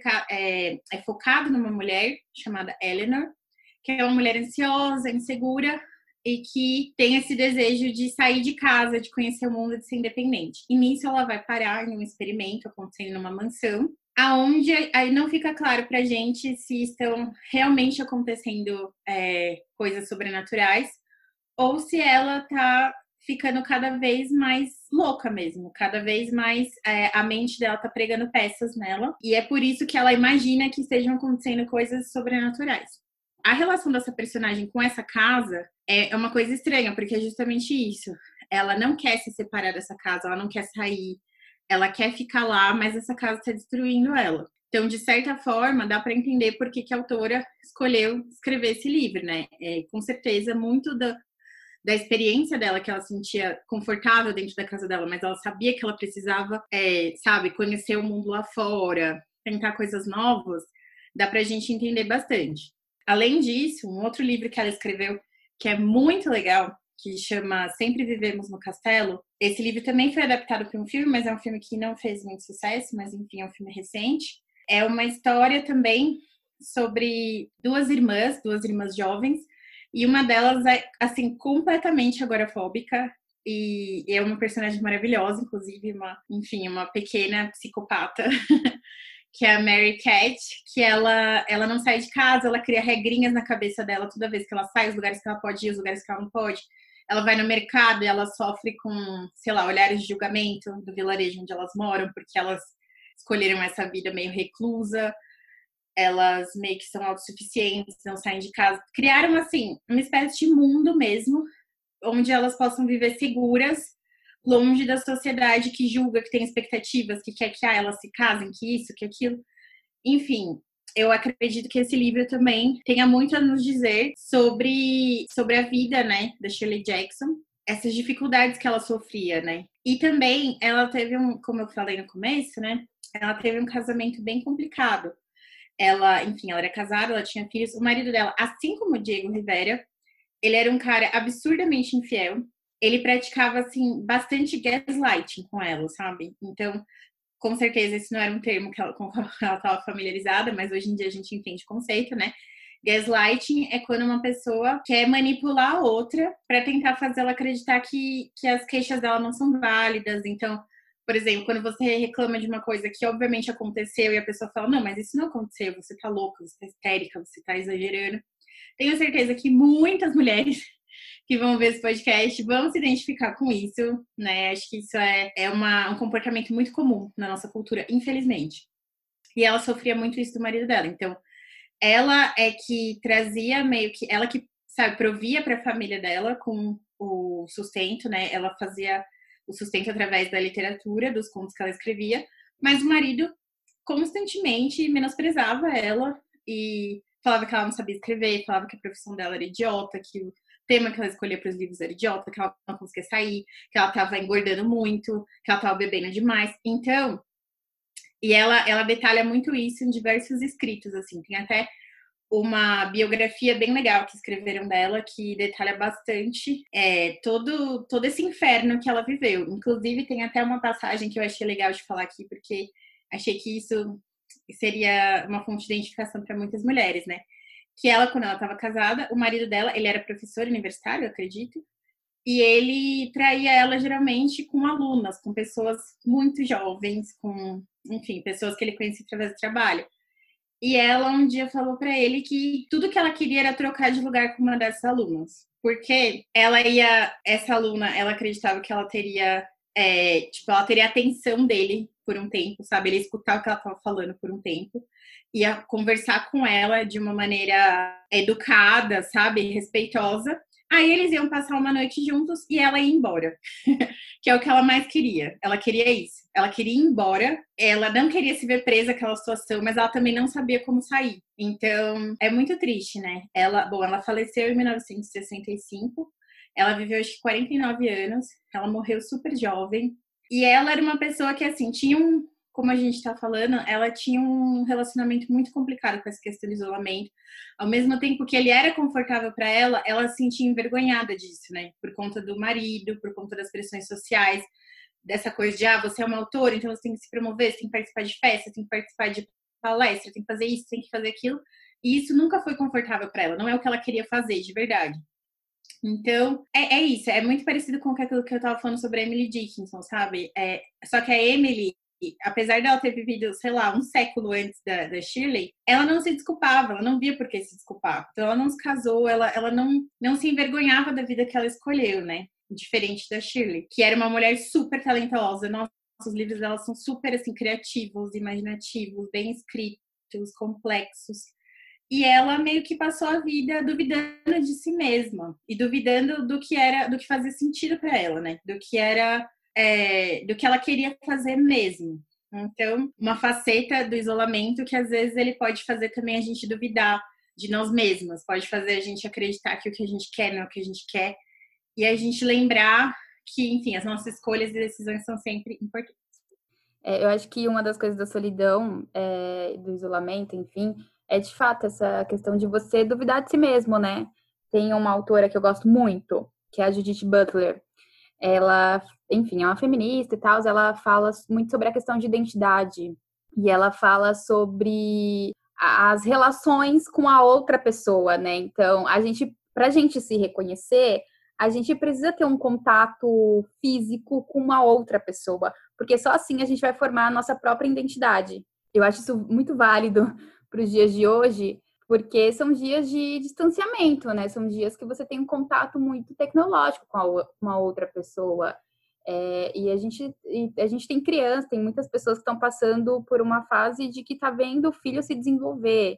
é focado numa mulher chamada Eleanor, que é uma mulher ansiosa, insegura e que tem esse desejo de sair de casa, de conhecer o mundo, de ser independente. E nisso ela vai parar em um experimento acontecendo numa mansão, aonde aí não fica claro pra gente se estão realmente acontecendo coisas sobrenaturais ou se ela tá ficando cada vez mais louca mesmo, cada vez mais a mente dela tá pregando peças nela, e é por isso que ela imagina que estejam acontecendo coisas sobrenaturais. A relação dessa personagem com essa casa é uma coisa estranha, porque é justamente isso. Ela não quer se separar dessa casa, ela não quer sair, ela quer ficar lá, mas essa casa está destruindo ela. Então, de certa forma, dá para entender por que a autora escolheu escrever esse livro, né? Com certeza, muito da experiência dela, que ela sentia confortável dentro da casa dela, mas ela sabia que ela precisava, conhecer o mundo lá fora, tentar coisas novas, dá pra gente entender bastante. Além disso, um outro livro que ela escreveu, que é muito legal, que chama Sempre Vivemos no Castelo. Esse livro também foi adaptado para um filme, mas é um filme que não fez muito sucesso, mas enfim, é um filme recente. É uma história também sobre duas irmãs jovens, e uma delas é, assim, completamente agorafóbica, e é uma personagem maravilhosa, inclusive, uma pequena psicopata, que é a Mary Cat, que ela não sai de casa, ela cria regrinhas na cabeça dela toda vez que ela sai, os lugares que ela pode ir, os lugares que ela não pode. Ela vai no mercado e ela sofre com, sei lá, olhares de julgamento do vilarejo onde elas moram, porque elas escolheram essa vida meio reclusa, elas meio que são autossuficientes, não saem de casa. Criaram, assim, uma espécie de mundo mesmo, onde elas possam viver seguras, longe da sociedade que julga, que tem expectativas, que quer que elas se casem, que isso, que aquilo. Enfim, eu acredito que esse livro também tenha muito a nos dizer sobre a vida, né, da Shirley Jackson, essas dificuldades que ela sofria, né. E também ela teve como eu falei no começo, né, ela teve um casamento bem complicado. Ela era casada, ela tinha filhos. O marido dela, assim como o Diego Rivera, ele era um cara absurdamente infiel. Ele praticava, assim, bastante gaslighting com ela, sabe? Então, com certeza, esse não era um termo com o qual ela estava familiarizada, mas hoje em dia a gente entende o conceito, né? Gaslighting é quando uma pessoa quer manipular a outra para tentar fazer ela acreditar que as queixas dela não são válidas. Então, por exemplo, quando você reclama de uma coisa que obviamente aconteceu e a pessoa fala, não, mas isso não aconteceu, você tá louca, você tá histérica, você tá exagerando. Tenho certeza que muitas mulheres que vão ver esse podcast vão se identificar com isso, né? Acho que isso um comportamento muito comum na nossa cultura, infelizmente. E ela sofria muito isso do marido dela. Então, ela é que trazia ela que, sabe, provia para a família dela com o sustento, né? Ela fazia o sustento através da literatura, dos contos que ela escrevia, mas o marido constantemente menosprezava ela e falava que ela não sabia escrever, falava que a profissão dela era idiota, que tema que ela escolhia para os livros era idiota, que ela não conseguia sair, que ela estava engordando muito, que ela estava bebendo demais. Então, e ela detalha muito isso em diversos escritos, assim. Tem até uma biografia bem legal que escreveram dela, que detalha bastante todo esse inferno que ela viveu. Inclusive, tem até uma passagem que eu achei legal de falar aqui, porque achei que isso seria uma fonte de identificação para muitas mulheres, né? Que ela, quando ela estava casada, o marido dela, ele era professor universitário, eu acredito, e ele traía ela geralmente com alunas, com pessoas muito jovens, com, enfim, pessoas que ele conhecia através do trabalho. E ela um dia falou para ele que tudo que ela queria era trocar de lugar com uma dessas alunas. Porque essa aluna, ela acreditava que ela teria, ela teria a atenção dele por um tempo, sabe? Ele ia escutar o que ela estava falando por um tempo, ia conversar com ela de uma maneira educada, sabe? Respeitosa. Aí eles iam passar uma noite juntos e ela ia embora. Que é o que ela mais queria. Ela queria isso. Ela queria ir embora. Ela não queria se ver presa naquela situação, mas ela também não sabia como sair. Então, é muito triste, né? Ela faleceu em 1965. Ela viveu, acho que 49 anos. Ela morreu super jovem. E ela era uma pessoa que, assim, como a gente tá falando, ela tinha um relacionamento muito complicado com essa questão do isolamento. Ao mesmo tempo que ele era confortável para ela se sentia envergonhada disso, né? Por conta do marido, por conta das pressões sociais, dessa coisa de, você é uma autora, então você tem que se promover, você tem que participar de festa, tem que participar de palestra, tem que fazer isso, tem que fazer aquilo. E isso nunca foi confortável para ela, não é o que ela queria fazer, de verdade. Então, é isso, é muito parecido com aquilo que eu tava falando sobre a Emily Dickinson, sabe? Só que a Emily, apesar dela ter vivido, sei lá, um século antes da Shirley, ela não se desculpava, ela não via por que se desculpar. Então, ela não se casou, ela não se envergonhava da vida que ela escolheu, né? Diferente da Shirley, que era uma mulher super talentosa. Nossa, os livros dela são super, assim, criativos, imaginativos, bem escritos, complexos. E ela meio que passou a vida duvidando de si mesma e duvidando do que fazia sentido para ela, né? Do que ela queria fazer mesmo. Então, uma faceta do isolamento que às vezes ele pode fazer também a gente duvidar de nós mesmas, pode fazer a gente acreditar que o que a gente quer não é o que a gente quer, e a gente lembrar que, enfim, as nossas escolhas e decisões são sempre importantes. Eu acho que uma das coisas da solidão, do isolamento, enfim, é de fato essa questão de você duvidar de si mesmo, né? Tem uma autora que eu gosto muito, que é a Judith Butler. Ela, enfim, é uma feminista e tal, ela fala muito sobre a questão de identidade. E ela fala sobre as relações com a outra pessoa, né? Então, pra gente se reconhecer, a gente precisa ter um contato físico com uma outra pessoa, porque só assim a gente vai formar a nossa própria identidade. Eu acho isso muito válido para os dias de hoje, porque são dias de distanciamento, né? São dias que você tem um contato muito tecnológico com uma outra pessoa. E a gente tem crianças, tem muitas pessoas que estão passando por uma fase de que está vendo o filho se desenvolver.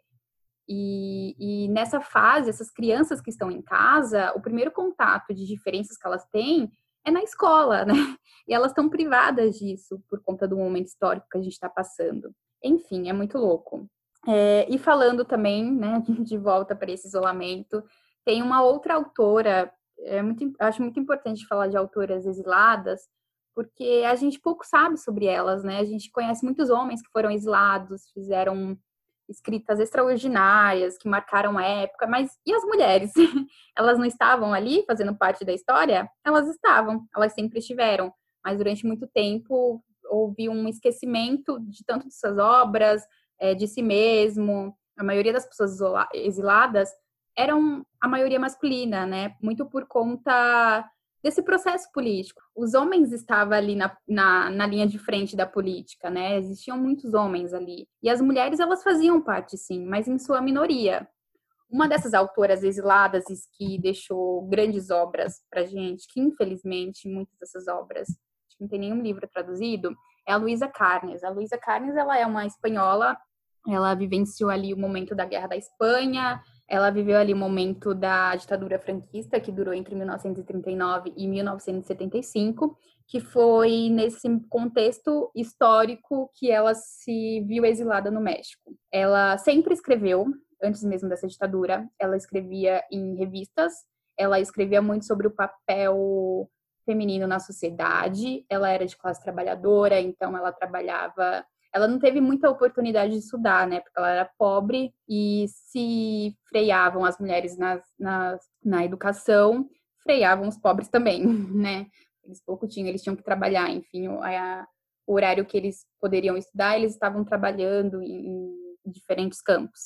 E nessa fase, essas crianças que estão em casa, o primeiro contato de diferenças que elas têm é na escola, né? E elas estão privadas disso por conta do momento histórico que a gente está passando. Enfim, é muito louco. E falando também, né, de volta para esse isolamento, tem uma outra autora, acho muito importante falar de autoras exiladas, porque a gente pouco sabe sobre elas, né? A gente conhece muitos homens que foram exilados, fizeram escritas extraordinárias, que marcaram a época, mas e as mulheres? Elas não estavam ali fazendo parte da história? Elas estavam, elas sempre estiveram, mas durante muito tempo houve um esquecimento de tanto de suas obras, de si mesmo. A maioria das pessoas exiladas eram a maioria masculina, né? Muito por conta desse processo político. Os homens estavam ali na linha de frente da política, né? Existiam muitos homens ali. E as mulheres, elas faziam parte, sim, mas em sua minoria. Uma dessas autoras exiladas e que deixou grandes obras pra gente, que infelizmente muitas dessas obras, acho que não tem nenhum livro traduzido, é a Luísa Carnes. A Luísa Carnes, ela é uma espanhola, ela vivenciou ali o momento da Guerra da Espanha, ela viveu ali o momento da ditadura franquista, que durou entre 1939 e 1975, que foi nesse contexto histórico que ela se viu exilada no México. Ela sempre escreveu, antes mesmo dessa ditadura, ela escrevia em revistas, ela escrevia muito sobre o papel feminino na sociedade. Ela era de classe trabalhadora, então ela trabalhava. Ela não teve muita oportunidade de estudar, né? Porque ela era pobre e se freavam as mulheres na educação, freavam os pobres também, né? Eles pouco tinham, eles tinham que trabalhar, enfim, o horário que eles poderiam estudar, eles estavam trabalhando em diferentes campos.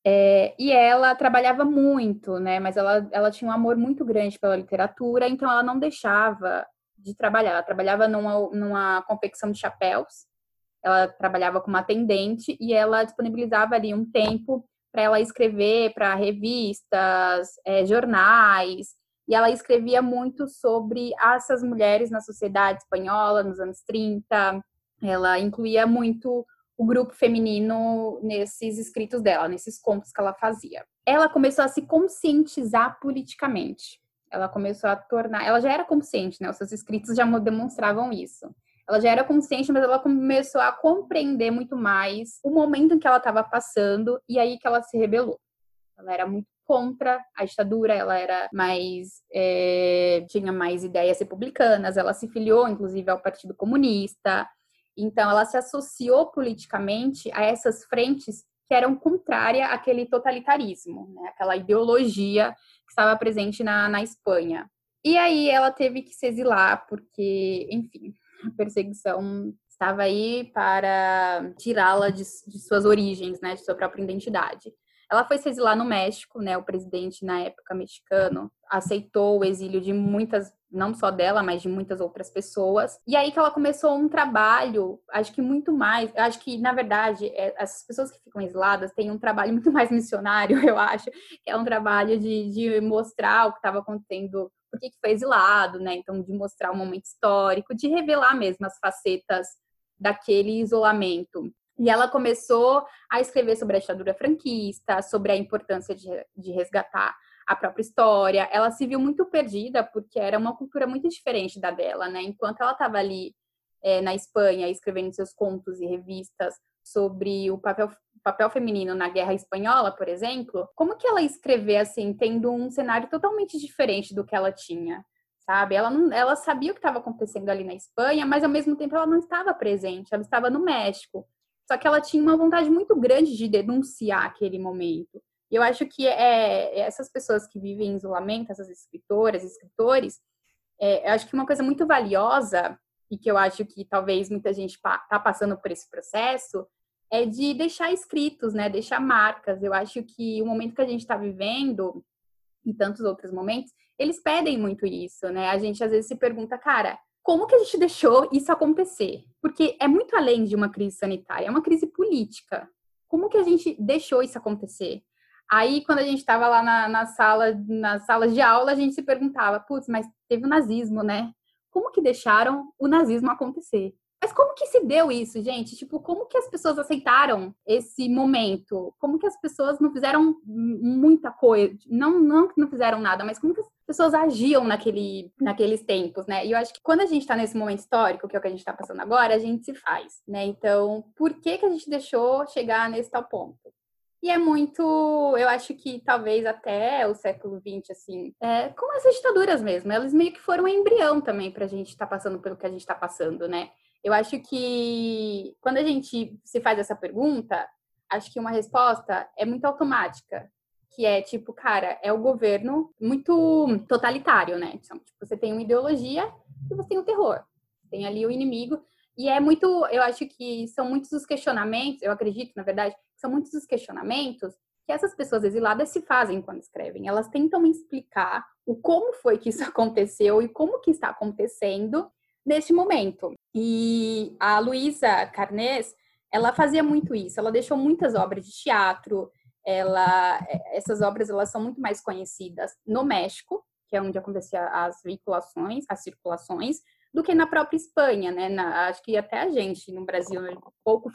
E ela trabalhava muito, né? Mas ela tinha um amor muito grande pela literatura, então ela não deixava de trabalhar. Ela trabalhava numa confecção de chapéus, ela trabalhava como atendente e ela disponibilizava ali um tempo para ela escrever para revistas, jornais, e ela escrevia muito sobre essas mulheres na sociedade espanhola nos anos 30. Ela incluía muito o grupo feminino nesses escritos dela, nesses contos que ela fazia. Ela começou a se conscientizar politicamente. Ela começou a tornar... Ela já era consciente, né? Os seus escritos já demonstravam isso. Ela já era consciente, mas ela começou a compreender muito mais o momento em que ela estava passando, e aí que ela se rebelou. Ela era muito contra a ditadura, ela era mais... tinha mais ideias republicanas, ela se filiou, inclusive, ao Partido Comunista. Então, ela se associou politicamente a essas frentes que eram contrárias àquele totalitarismo, né? Aquela ideologia que estava presente na Espanha. E aí ela teve que se exilar, porque, enfim, a perseguição estava aí para tirá-la de suas origens, né? De sua própria identidade. Ela foi se exilar no México, né? O presidente, na época, mexicano, aceitou o exílio de muitas, não só dela, mas de muitas outras pessoas. E aí que ela começou um trabalho, acho que muito mais... Acho que, na verdade, as pessoas que ficam exiladas têm um trabalho muito mais missionário, eu acho. Que é um trabalho de mostrar o que estava acontecendo, por que foi exilado, né? Então, de mostrar o momento histórico, de revelar mesmo as facetas daquele isolamento. E ela começou a escrever sobre a ditadura franquista, sobre a importância de resgatar a própria história. Ela se viu muito perdida, porque era uma cultura muito diferente da dela, né? Enquanto ela estava ali na Espanha, escrevendo seus contos e revistas sobre o papel feminino na Guerra Espanhola, por exemplo, como que ela ia escrever, assim, tendo um cenário totalmente diferente do que ela tinha? Sabe? Ela sabia o que estava acontecendo ali na Espanha, mas ao mesmo tempo ela não estava presente, ela estava no México. Só que ela tinha uma vontade muito grande de denunciar aquele momento. E eu acho que essas pessoas que vivem em isolamento, essas escritoras, escritores, eu acho que uma coisa muito valiosa, e que eu acho que talvez muita gente está passando por esse processo, é de deixar escritos, né? Deixar marcas. Eu acho que o momento que a gente está vivendo, e tantos outros momentos, eles pedem muito isso, né? A gente às vezes se pergunta, cara, como que a gente deixou isso acontecer? Porque é muito além de uma crise sanitária, é uma crise política. Como que a gente deixou isso acontecer? Aí, quando a gente estava lá nas salas de aula, a gente se perguntava, putz, mas teve o nazismo, né? Como que deixaram o nazismo acontecer? Mas como que se deu isso, gente? Tipo, como que as pessoas aceitaram esse momento? Como que as pessoas não fizeram muita coisa? Não que não fizeram nada, mas como que as pessoas agiam naqueles tempos, né? E eu acho que quando a gente está nesse momento histórico, que é o que a gente está passando agora, a gente se faz, né? Então, por que a gente deixou chegar nesse tal ponto? E é muito, eu acho que talvez até o século XX, assim, como essas ditaduras mesmo, elas meio que foram um embrião também pra gente estar passando pelo que a gente tá passando, né? Eu acho que quando a gente se faz essa pergunta, acho que uma resposta é muito automática, que é tipo, cara, é o governo muito totalitário, né? Então, tipo, você tem uma ideologia e você tem o terror. Tem ali o inimigo. E é muito, eu acho que são muitos os questionamentos, eu acredito, na verdade, são muitos os questionamentos que essas pessoas exiladas se fazem quando escrevem. Elas tentam explicar o como foi que isso aconteceu e como que está acontecendo neste momento. E a Luísa Carnés, ela fazia muito isso. Ela deixou muitas obras de teatro. Essas obras elas são muito mais conhecidas no México, que é onde acontecia as circulações, do que na própria Espanha, né? Acho que até a gente no Brasil pouco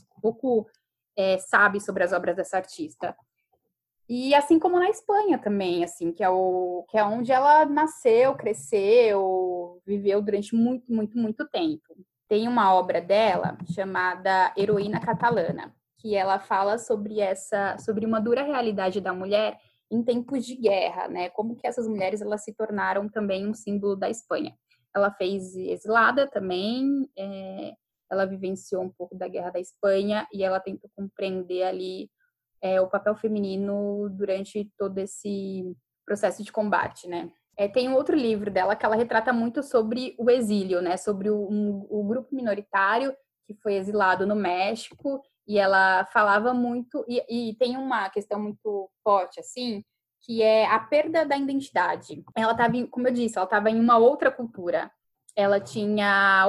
sabe sobre as obras dessa artista. E assim como na Espanha também, assim, que é onde ela nasceu, cresceu, viveu durante muito, muito, muito tempo. Tem uma obra dela chamada Heroína Catalana, que ela fala sobre uma dura realidade da mulher em tempos de guerra, né? Como que essas mulheres elas se tornaram também um símbolo da Espanha. Ela fez Exilada também, ela vivenciou um pouco da Guerra da Espanha e ela tentou compreender ali o papel feminino durante todo esse processo de combate, né? Tem um outro livro dela que ela retrata muito sobre o exílio, né? Sobre o grupo minoritário que foi exilado no México, e ela falava muito, e tem uma questão muito forte, assim, que é a perda da identidade. Ela estava, como eu disse, ela estava em uma outra cultura. Ela tinha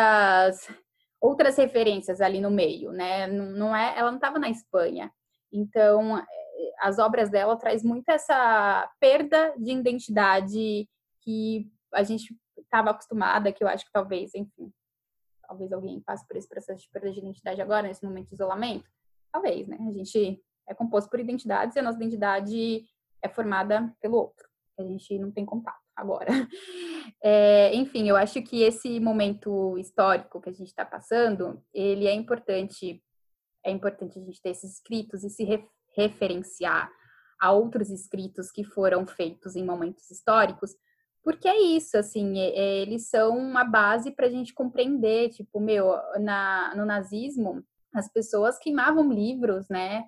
outras referências ali no meio, né? Ela não estava na Espanha. Então, as obras dela traz muito essa perda de identidade que a gente estava acostumada, que eu acho que talvez, enfim, talvez alguém passe por esse processo de perda de identidade agora, nesse momento de isolamento. Talvez, né? A gente é composto por identidades e a nossa identidade é formada pelo outro. A gente não tem contato agora. Enfim, eu acho que esse momento histórico que a gente está passando, ele é importante a gente ter esses escritos e se referenciar a outros escritos que foram feitos em momentos históricos, porque é isso, assim, eles são uma base para a gente compreender, tipo, no nazismo, as pessoas queimavam livros, né,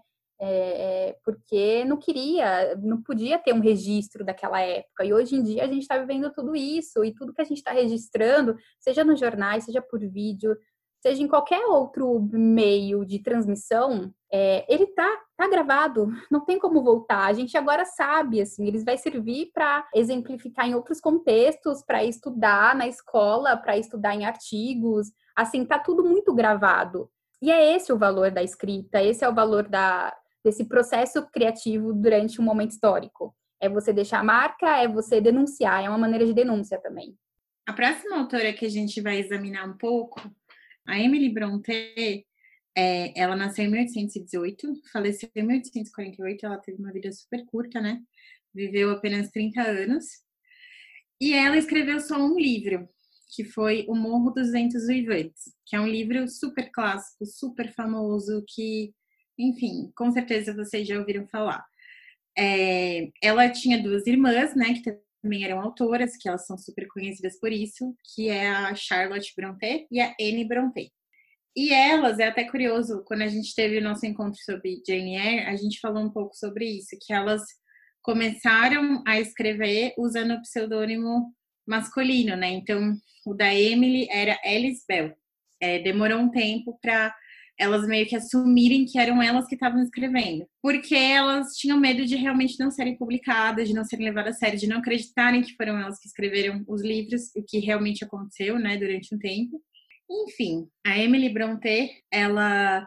porque não podia ter um registro daquela época, e hoje em dia a gente está vivendo tudo isso, e tudo que a gente está registrando, seja nos jornais, seja por vídeo, seja em qualquer outro meio de transmissão, ele tá gravado, não tem como voltar. A gente agora sabe, assim, eles vai servir para exemplificar em outros contextos, para estudar na escola, para estudar em artigos, assim, tá tudo muito gravado. E é esse o valor da escrita, esse é o valor desse processo criativo durante um momento histórico. É você deixar marca, é você denunciar, é uma maneira de denúncia também. A próxima autora que a gente vai examinar um pouco, a Emily Brontë, ela nasceu em 1818, faleceu em 1848, ela teve uma vida super curta, né? Viveu apenas 30 anos. E ela escreveu só um livro, que foi O Morro dos Ventos Uivantes, que é um livro super clássico, super famoso, que, enfim, com certeza vocês já ouviram falar. Ela tinha duas irmãs, né, que também eram autoras, que elas são super conhecidas por isso, que é a Charlotte Brontë e a Anne Brontë. E elas, é até curioso, quando a gente teve o nosso encontro sobre Jane Eyre, a gente falou um pouco sobre isso, que elas começaram a escrever usando o pseudônimo masculino, né? Então, o da Emily era Alice Bell. Demorou um tempo para elas meio que assumirem que eram elas que estavam escrevendo. Porque elas tinham medo de realmente não serem publicadas, de não serem levadas a sério, de não acreditarem que foram elas que escreveram os livros, o que realmente aconteceu, né, durante um tempo. Enfim, a Emily Brontë, ela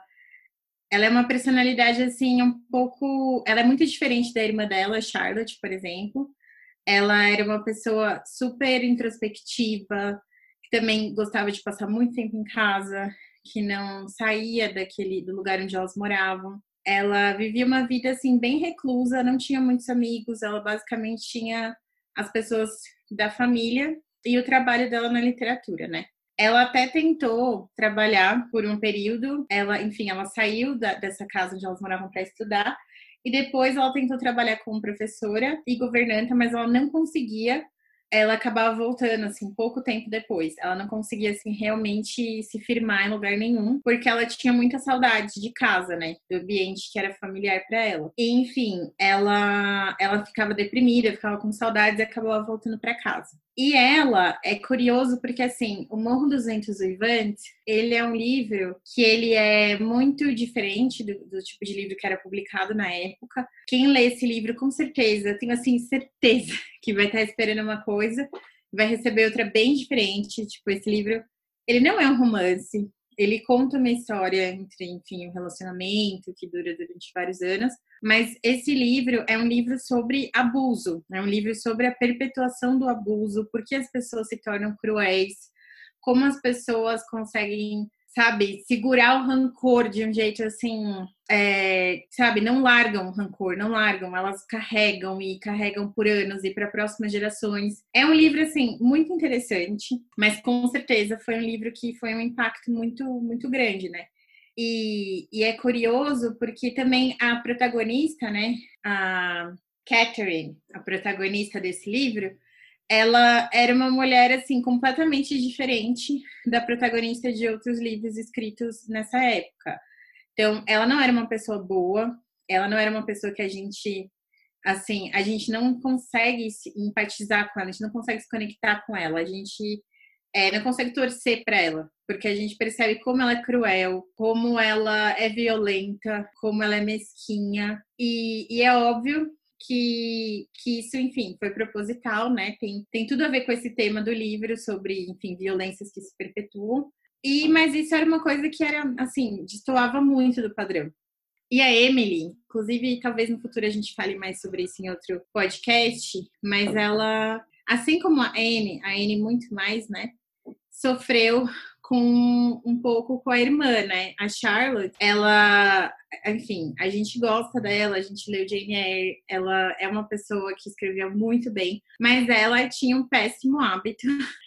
é uma personalidade, assim, um pouco... Ela é muito diferente da irmã dela, Charlotte, por exemplo. Ela era uma pessoa super introspectiva, que também gostava de passar muito tempo em casa, que não saía do lugar onde elas moravam. Ela vivia uma vida, assim, bem reclusa, não tinha muitos amigos, ela basicamente tinha as pessoas da família e o trabalho dela na literatura, né? Ela até tentou trabalhar por um período, ela saiu dessa casa onde elas moravam para estudar, e depois ela tentou trabalhar como professora e governanta, mas ela não conseguia. Ela acabava voltando, assim, pouco tempo depois. Ela não conseguia, assim, realmente se firmar em lugar nenhum, porque ela tinha muita saudade de casa, né? Do ambiente que era familiar para ela. E, enfim, ela ficava deprimida, ficava com saudades e acabava voltando para casa. E ela é curioso porque, assim, O Morro dos Ventos Uivantes, ele é um livro que ele é muito diferente do tipo de livro que era publicado na época. Quem lê esse livro, com certeza, tenho, assim, certeza que vai estar esperando uma coisa, vai receber outra bem diferente. Tipo, esse livro, ele não é um romance, ele conta uma história entre, enfim, um relacionamento que dura durante vários anos, mas esse livro é um livro sobre abuso, é um livro sobre a perpetuação do abuso, por que as pessoas se tornam cruéis, como as pessoas conseguem, sabe, segurar o rancor de um jeito assim, sabe, não largam o rancor, não largam, elas carregam e carregam por anos e para próximas gerações. É um livro, assim, muito interessante, mas com certeza foi um livro que foi um impacto muito, muito grande, né? E é curioso porque também a protagonista, né, Catherine, a protagonista desse livro, ela era uma mulher, assim, completamente diferente da protagonista de outros livros escritos nessa época. Então, ela não era uma pessoa boa, ela não era uma pessoa que a gente não consegue empatizar com ela, a gente não consegue se conectar com ela, a gente não consegue torcer para ela, porque a gente percebe como ela é cruel, como ela é violenta, como ela é mesquinha, e é óbvio que isso, enfim, foi proposital, né? Tem tudo a ver com esse tema do livro sobre, enfim, violências que se perpetuam. Mas isso era uma coisa que era, assim, destoava muito do padrão. E a Emily, inclusive, talvez no futuro a gente fale mais sobre isso em outro podcast, mas ela, assim como a Anne muito mais, né, sofreu com um pouco com a irmã, né? A Charlotte, ela, enfim, a gente gosta dela, a gente leu Jane Eyre, ela é uma pessoa que escrevia muito bem, mas ela tinha um péssimo hábito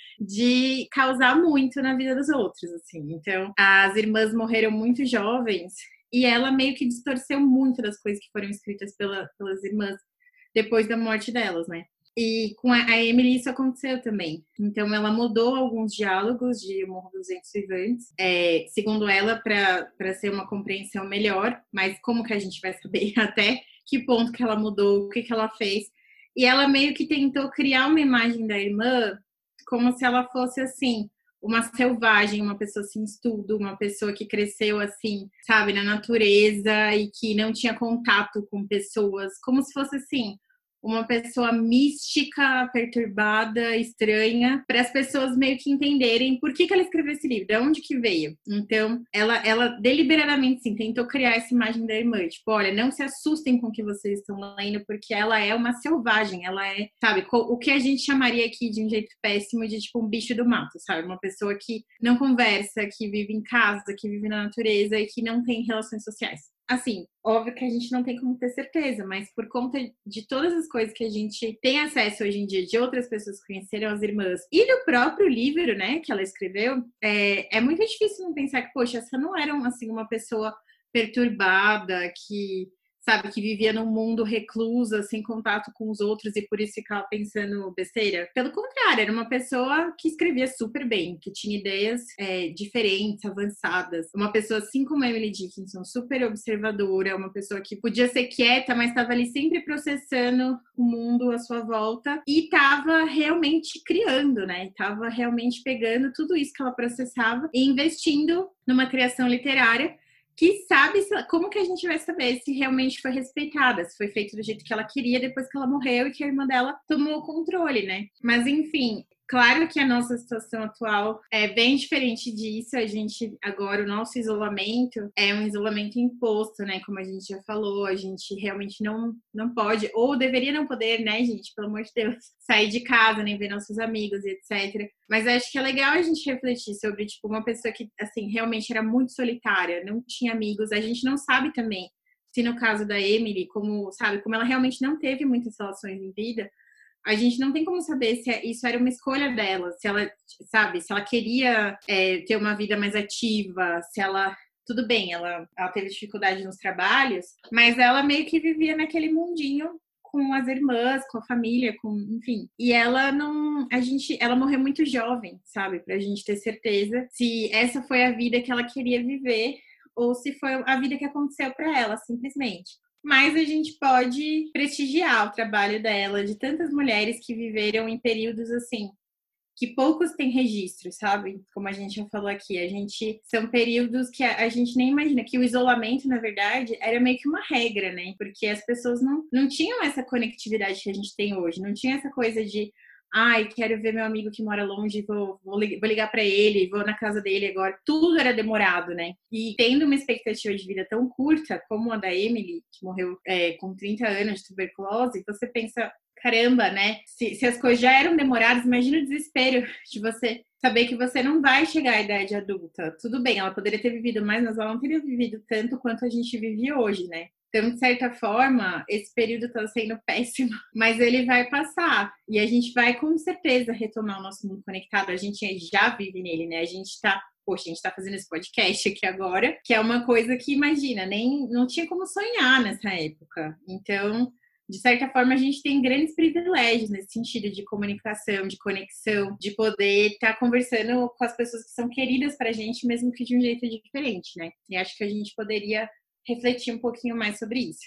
de causar muito na vida dos outros, assim. Então, as irmãs morreram muito jovens e ela meio que distorceu muito das coisas que foram escritas pelas irmãs depois da morte delas, né? E com a Emily isso aconteceu também. Então, ela mudou alguns diálogos de O Morro dos Ventos Vivantes, segundo ela, para ser uma compreensão melhor. Mas como que a gente vai saber até que ponto que ela mudou, o que que ela fez? E ela meio que tentou criar uma imagem da irmã como se ela fosse, assim, uma selvagem, uma pessoa sem estudo, uma pessoa que cresceu, assim, sabe, na natureza e que não tinha contato com pessoas, como se fosse, assim, uma pessoa mística, perturbada, estranha, para as pessoas meio que entenderem por que ela escreveu esse livro, de onde que veio. Então, ela deliberadamente, sim, tentou criar essa imagem da irmã, tipo, olha, não se assustem com o que vocês estão lendo, porque ela é uma selvagem, ela é, sabe, o que a gente chamaria aqui de um jeito péssimo de, tipo, um bicho do mato, sabe? Uma pessoa que não conversa, que vive em casa, que vive na natureza e que não tem relações sociais. Assim, óbvio que a gente não tem como ter certeza, mas por conta de todas as coisas que a gente tem acesso hoje em dia, de outras pessoas que conheceram as irmãs e do próprio livro, né, que ela escreveu, é muito difícil não pensar que, poxa, essa não era, assim, uma pessoa perturbada, que, sabe, que vivia num mundo reclusa, sem contato com os outros e por isso ficava pensando besteira. Pelo contrário, era uma pessoa que escrevia super bem, que tinha ideias diferentes, avançadas. Uma pessoa, assim como a Emily Dickinson, super observadora, uma pessoa que podia ser quieta, mas estava ali sempre processando o mundo à sua volta e estava realmente criando, né? Estava realmente pegando tudo isso que ela processava e investindo numa criação literária que sabe como que a gente vai saber se realmente foi respeitada, se foi feito do jeito que ela queria depois que ela morreu e que a irmã dela tomou o controle, né? Mas, enfim, claro que a nossa situação atual é bem diferente disso. A gente, agora, o nosso isolamento é um isolamento imposto, né? Como a gente já falou, a gente realmente não pode, ou deveria não poder, né, gente? Pelo amor de Deus, sair de casa, nem ver nossos amigos e etc. Mas acho que é legal a gente refletir sobre, tipo, uma pessoa que, assim, realmente era muito solitária, não tinha amigos. A gente não sabe também se no caso da Emily, como, sabe, como ela realmente não teve muitas relações em vida, a gente não tem como saber se isso era uma escolha dela, se ela, sabe, se ela queria ter uma vida mais ativa, se ela... Tudo bem, ela teve dificuldade nos trabalhos, mas ela meio que vivia naquele mundinho com as irmãs, com a família, enfim. E ela não... Ela morreu muito jovem, sabe? Pra gente ter certeza se essa foi a vida que ela queria viver ou se foi a vida que aconteceu pra ela, simplesmente. Mas a gente pode prestigiar o trabalho dela, de tantas mulheres que viveram em períodos assim, que poucos têm registro, sabe? Como a gente já falou aqui, são períodos que a gente nem imagina, que o isolamento, na verdade, era meio que uma regra, né? Porque as pessoas não tinham essa conectividade que a gente tem hoje, não tinha essa coisa de ai, quero ver meu amigo que mora longe, vou ligar para ele, vou na casa dele agora. Tudo era demorado, né? E tendo uma expectativa de vida tão curta como a da Emily, que morreu com 30 anos de tuberculose, você pensa, caramba, né? Se as coisas já eram demoradas, imagina o desespero de você saber que você não vai chegar à idade adulta. Tudo bem, ela poderia ter vivido mais, mas ela não teria vivido tanto quanto a gente vive hoje, né? Então, de certa forma, esse período está sendo péssimo, mas ele vai passar. E a gente vai, com certeza, retomar o nosso mundo conectado. A gente já vive nele, né? A gente está fazendo esse podcast aqui agora, que é uma coisa que, imagina, não tinha como sonhar nessa época. Então, de certa forma, a gente tem grandes privilégios nesse sentido de comunicação, de conexão, de poder estar conversando com as pessoas que são queridas pra gente, mesmo que de um jeito diferente, né? E acho que a gente poderia refletir um pouquinho mais sobre isso.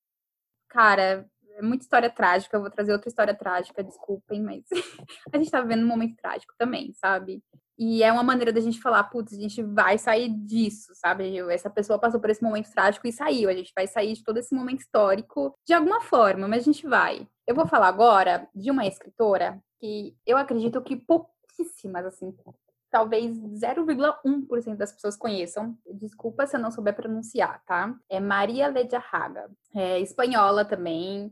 Cara, é muita história trágica. Eu vou trazer outra história trágica, desculpem, mas a gente tá vivendo um momento trágico também, sabe? E é uma maneira da gente falar, putz, a gente vai sair disso, sabe? Essa pessoa passou por esse momento trágico e saiu. A gente vai sair de todo esse momento histórico de alguma forma, mas a gente vai. Eu vou falar agora de uma escritora que eu acredito que pouquíssimas, assim, talvez 0,1% das pessoas conheçam. Desculpa se eu não souber pronunciar, tá? É Maria Lejarraga. É espanhola também.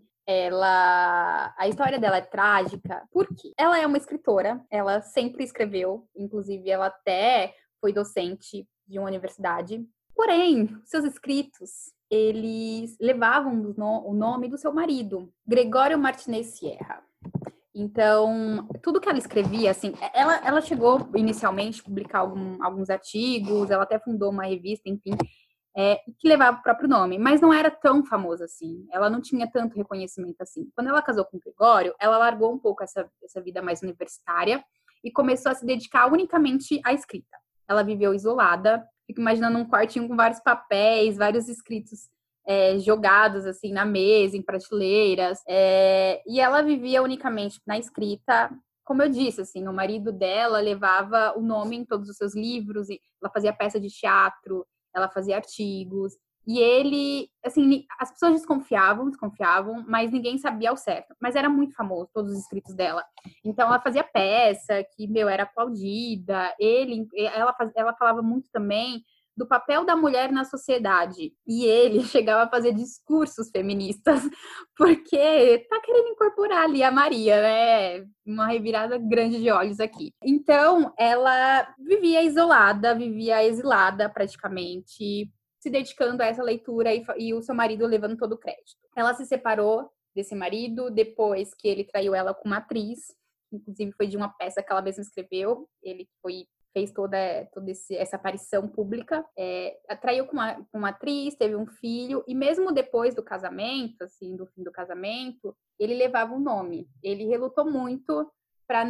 A história dela é trágica, porque ela é uma escritora, ela sempre escreveu, inclusive ela até foi docente de uma universidade. Porém, seus escritos, eles levavam o nome do seu marido, Gregório Martinez Sierra. Então, tudo que ela escrevia, assim, ela chegou inicialmente a publicar alguns artigos, ela até fundou uma revista, enfim, que levava o próprio nome, mas não era tão famosa assim, ela não tinha tanto reconhecimento assim. Quando ela casou com o Gregório, ela largou um pouco essa vida mais universitária e começou a se dedicar unicamente à escrita. Ela viveu isolada, fico imaginando um quartinho com vários papéis, vários escritos jogados assim na mesa, em prateleiras, e ela vivia unicamente na escrita. Como eu disse, assim, o marido dela levava o nome em todos os seus livros, e ela fazia peça de teatro, ela fazia artigos, e ele, assim, as pessoas desconfiavam, mas ninguém sabia ao certo. Mas era muito famoso, todos os escritos dela. Então, ela fazia peça que, era aplaudida. Ela falava muito também do papel da mulher na sociedade. E ele chegava a fazer discursos feministas, porque tá querendo incorporar ali a Maria, né? Uma revirada grande de olhos aqui. Então, ela vivia isolada, vivia exilada praticamente, se dedicando a essa leitura e o seu marido levando todo o crédito. Ela se separou desse marido depois que ele traiu ela com uma atriz, inclusive foi de uma peça que ela mesma escreveu. Ele fez toda essa aparição pública, atraiu com uma atriz, teve um filho, e mesmo depois do casamento, assim, do fim do casamento, ele levava um nome. Ele relutou muito para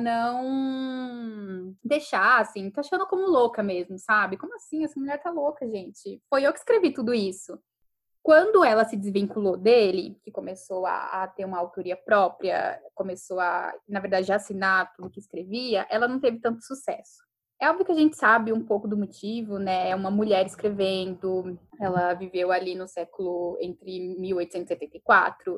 não deixar, assim, tá achando como louca mesmo, sabe? Como assim? Essa mulher tá louca, gente. Foi eu que escrevi tudo isso. Quando ela se desvinculou dele, que começou a ter uma autoria própria, começou a, na verdade, a assinar tudo que escrevia, ela não teve tanto sucesso. É óbvio que a gente sabe um pouco do motivo, né? É uma mulher escrevendo, ela viveu ali no século entre 1874.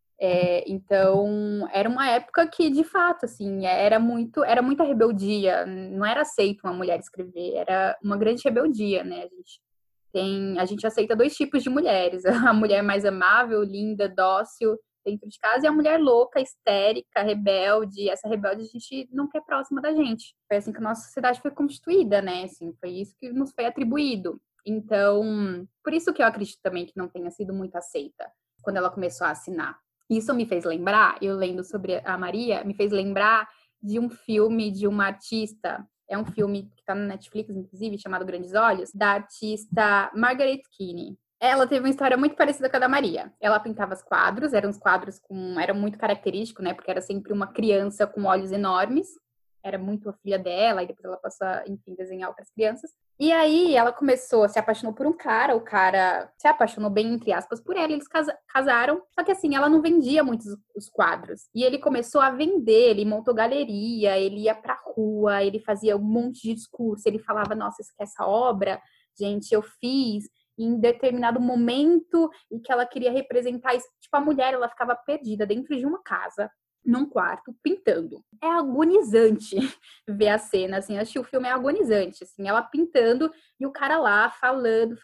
Então, era uma época que, de fato, assim, era muita rebeldia. Não era aceito uma mulher escrever, era uma grande rebeldia, né? A gente aceita dois tipos de mulheres: a mulher mais amável, linda, dócil dentro de casa, e a mulher louca, histérica, rebelde. Essa rebelde a gente não quer próxima da gente. Foi assim que a nossa sociedade foi constituída, né? Assim, foi isso que nos foi atribuído. Então, por isso que eu acredito também que não tenha sido muito aceita quando ela começou a assinar. Isso me fez lembrar, eu lendo sobre a Maria, me fez lembrar de um filme de uma artista. É um filme que tá na Netflix, inclusive, chamado Grandes Olhos, da artista Margaret Keane. Ela teve uma história muito parecida com a da Maria. Ela pintava os quadros, eram muito característico, né? Porque era sempre uma criança com olhos enormes. Era muito a filha dela, e depois ela passou a, enfim, desenhar outras crianças. E aí ela se apaixonou por um cara, o cara se apaixonou bem, entre aspas, por ela, e eles casaram. Só que assim, ela não vendia muitos os quadros. E ele começou a vender, ele montou galeria, ele ia pra rua, ele fazia um monte de discurso, ele falava, nossa, essa obra, gente, eu fiz em determinado momento em que ela queria representar isso. Tipo, a mulher, ela ficava perdida dentro de uma casa, num quarto, pintando. É agonizante ver a cena, assim, assistir o filme é agonizante, assim, ela pintando e o cara lá falando.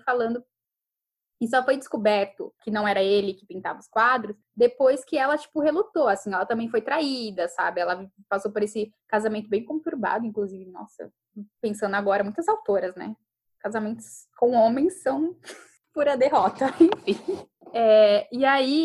E só foi descoberto que não era ele que pintava os quadros depois que ela, tipo, relutou, assim, ela também foi traída, sabe? Ela passou por esse casamento bem conturbado, inclusive, nossa, pensando agora, muitas autoras, né? Casamentos com homens são pura derrota, enfim. E aí,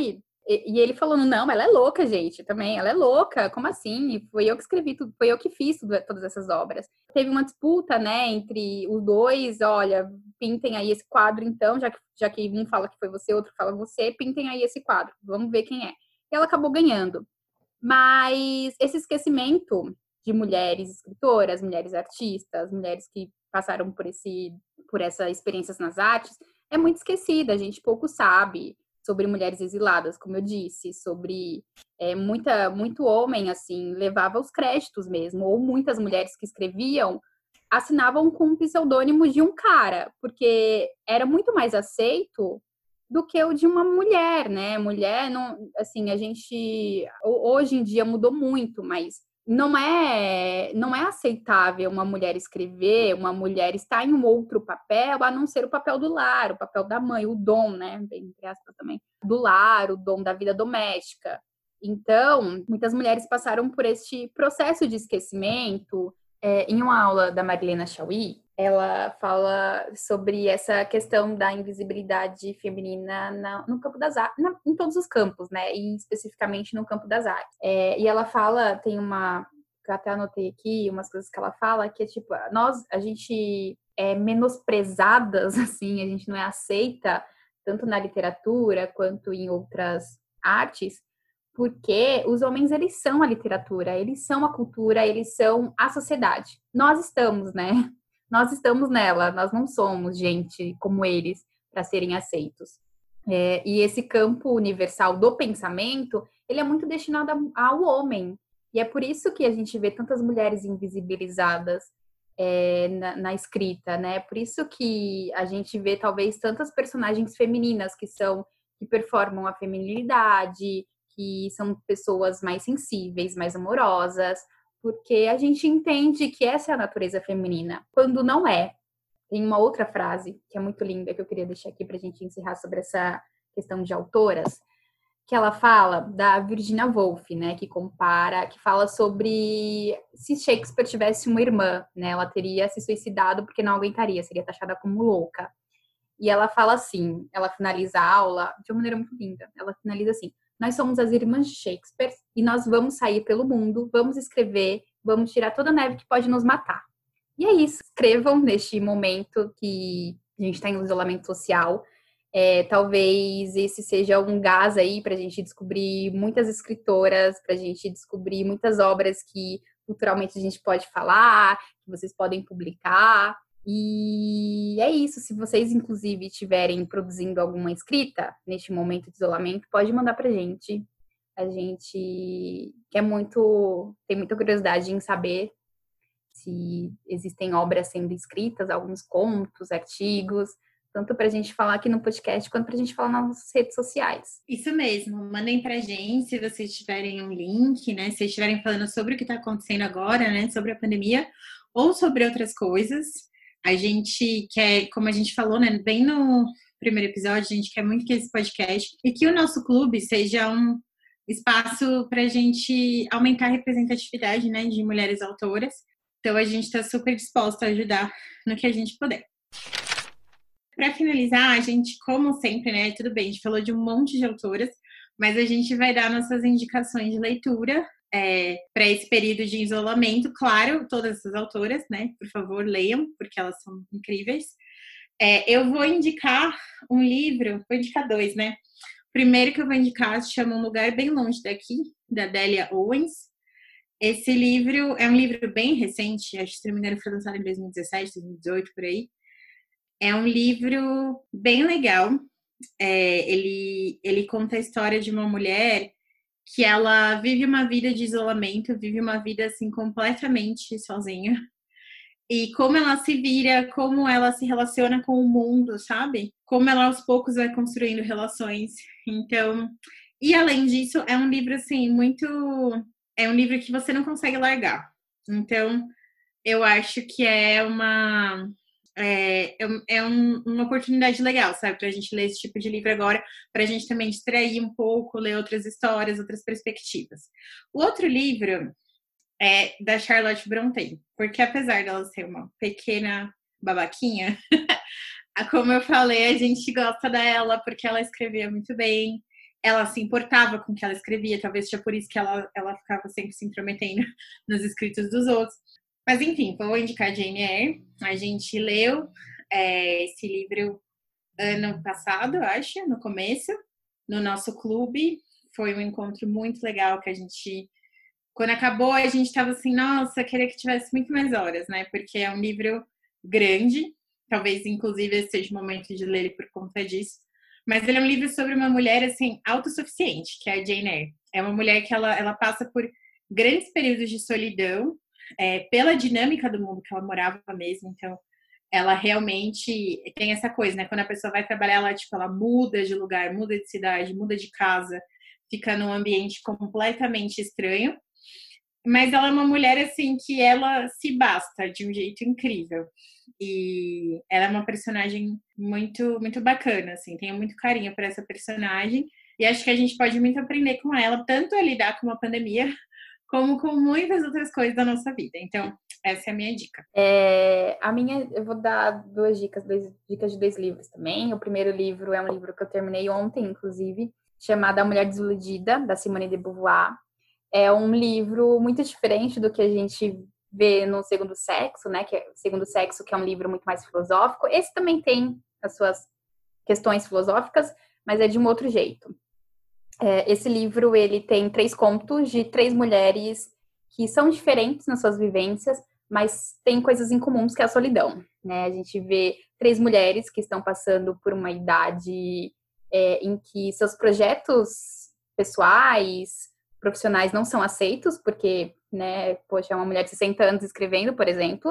E ele falando, não, ela é louca, gente, também, ela é louca, como assim? Foi eu que escrevi tudo, foi eu que fiz todas essas obras. Teve uma disputa, né, entre os dois, olha, pintem aí esse quadro então, já que um fala que foi você, outro fala você, pintem aí esse quadro, vamos ver quem é. E ela acabou ganhando. Mas esse esquecimento de mulheres escritoras, mulheres artistas, mulheres que passaram por essas experiências nas artes, é muito esquecida, a gente pouco sabe sobre mulheres exiladas, como eu disse, sobre muito homem, assim, levava os créditos mesmo, ou muitas mulheres que escreviam assinavam com o pseudônimo de um cara, porque era muito mais aceito do que o de uma mulher, né? Mulher, não, assim, a gente hoje em dia mudou muito, mas não é aceitável uma mulher escrever, uma mulher estar em um outro papel, a não ser o papel do lar, o papel da mãe, o dom, né? Entre aspas também, do lar, o dom da vida doméstica. Então, muitas mulheres passaram por este processo de esquecimento. Em uma aula da Marilena Chauí, ela fala sobre essa questão da invisibilidade feminina no campo das artes, em todos os campos, né? E especificamente no campo das artes. E ela fala, tem uma, que eu até anotei aqui, umas coisas que ela fala, que é tipo, a gente é menosprezadas, assim, a gente não é aceita, tanto na literatura quanto em outras artes, porque os homens, eles são a literatura, eles são a cultura, eles são a sociedade. Nós estamos, né? Nós estamos nela, nós não somos gente como eles para serem aceitos. E esse campo universal do pensamento, ele é muito destinado ao homem. E é por isso que a gente vê tantas mulheres invisibilizadas na escrita, né? Por isso que a gente vê talvez tantas personagens femininas que performam a feminilidade, que são pessoas mais sensíveis, mais amorosas, porque a gente entende que essa é a natureza feminina, quando não é. Tem uma outra frase que é muito linda, que eu queria deixar aqui para a gente encerrar sobre essa questão de autoras, que ela fala da Virginia Woolf, né, que fala sobre se Shakespeare tivesse uma irmã, né, ela teria se suicidado porque não aguentaria, seria taxada como louca. E ela fala assim, ela finaliza a aula de uma maneira muito linda, ela finaliza assim: nós somos as irmãs de Shakespeare e nós vamos sair pelo mundo, vamos escrever, vamos tirar toda a neve que pode nos matar. E é isso, escrevam neste momento que a gente está em isolamento social. Talvez esse seja um gás aí para a gente descobrir muitas escritoras, para a gente descobrir muitas obras que culturalmente a gente pode falar, que vocês podem publicar. E é isso, se vocês, inclusive, estiverem produzindo alguma escrita neste momento de isolamento, pode mandar pra gente. A gente tem muita curiosidade em saber se existem obras sendo escritas, alguns contos, artigos, tanto pra gente falar aqui no podcast, quanto pra gente falar nas nossas redes sociais. Isso mesmo, mandem pra gente se vocês tiverem um link, né? Se estiverem falando sobre o que tá acontecendo agora, né? Sobre a pandemia, ou sobre outras coisas. A gente quer, como a gente falou, né, bem no primeiro episódio, a gente quer muito que esse podcast e que o nosso clube seja um espaço para a gente aumentar a representatividade, né, de mulheres autoras. Então, a gente está super disposta a ajudar no que a gente puder. Para finalizar, a gente, como sempre, né, tudo bem, a gente falou de um monte de autoras, mas a gente vai dar nossas indicações de leitura para esse período de isolamento. Claro, todas essas autoras, né? Por favor, leiam, porque elas são incríveis. Eu vou indicar um livro, vou indicar dois, né? O primeiro que eu vou indicar se chama Um Lugar Bem Longe Daqui, da Delia Owens. Esse livro é um livro bem recente, acho que, se não me engano, foi lançado em 2017, 2018, por aí. É um livro bem legal. Ele conta a história de uma mulher que ela vive uma vida de isolamento, vive uma vida assim completamente sozinha. E como ela se vira, como ela se relaciona com o mundo, sabe? Como ela aos poucos vai construindo relações. Então, e além disso, é um livro assim é um livro que você não consegue largar. Então, eu acho que é uma oportunidade legal, sabe? Pra gente ler esse tipo de livro agora, pra gente também distrair um pouco, ler outras histórias, outras perspectivas. O outro livro é da Charlotte Brontë, porque apesar dela ser uma pequena babaquinha, como eu falei, a gente gosta dela porque ela escrevia muito bem. ela se importava com o que ela escrevia, talvez seja por isso que ela ficava sempre se intrometendo nos escritos dos outros. Mas enfim, vou indicar Jane Eyre. A gente leu esse livro ano passado, acho, no começo, no nosso clube. Foi um encontro muito legal que a gente... Quando acabou, a gente estava assim, nossa, queria que tivesse muito mais horas, né? Porque é um livro grande, talvez, inclusive, esse seja o momento de ler ele por conta disso. Mas ele é um livro sobre uma mulher, assim, autossuficiente, que é a Jane Eyre. É uma mulher que ela passa por grandes períodos de solidão, pela dinâmica do mundo que ela morava mesmo. Então, ela realmente tem essa coisa, né? Quando a pessoa vai trabalhar, ela muda de lugar, muda de cidade, muda de casa, fica num ambiente completamente estranho. Mas ela é uma mulher, assim, que ela se basta de um jeito incrível. E ela é uma personagem muito, muito bacana, assim. Tenho muito carinho por essa personagem. E acho que a gente pode muito aprender com ela, tanto a lidar com a pandemia, como com muitas outras coisas da nossa vida. Então, essa é a minha dica. Eu vou dar duas dicas de 2 livros também. O primeiro livro é um livro que eu terminei ontem, inclusive, chamado A Mulher Desiludida, da Simone de Beauvoir. É um livro muito diferente do que a gente vê no Segundo Sexo, né? Que é o Segundo Sexo, que é um livro muito mais filosófico. Esse também tem as suas questões filosóficas, mas é de um outro jeito. Esse livro, ele tem 3 contos de 3 mulheres que são diferentes nas suas vivências, mas tem coisas em comuns, que é a solidão, né? A gente vê 3 mulheres que estão passando por uma idade em que seus projetos pessoais, profissionais não são aceitos, porque, né, poxa, é uma mulher de 60 anos escrevendo, por exemplo.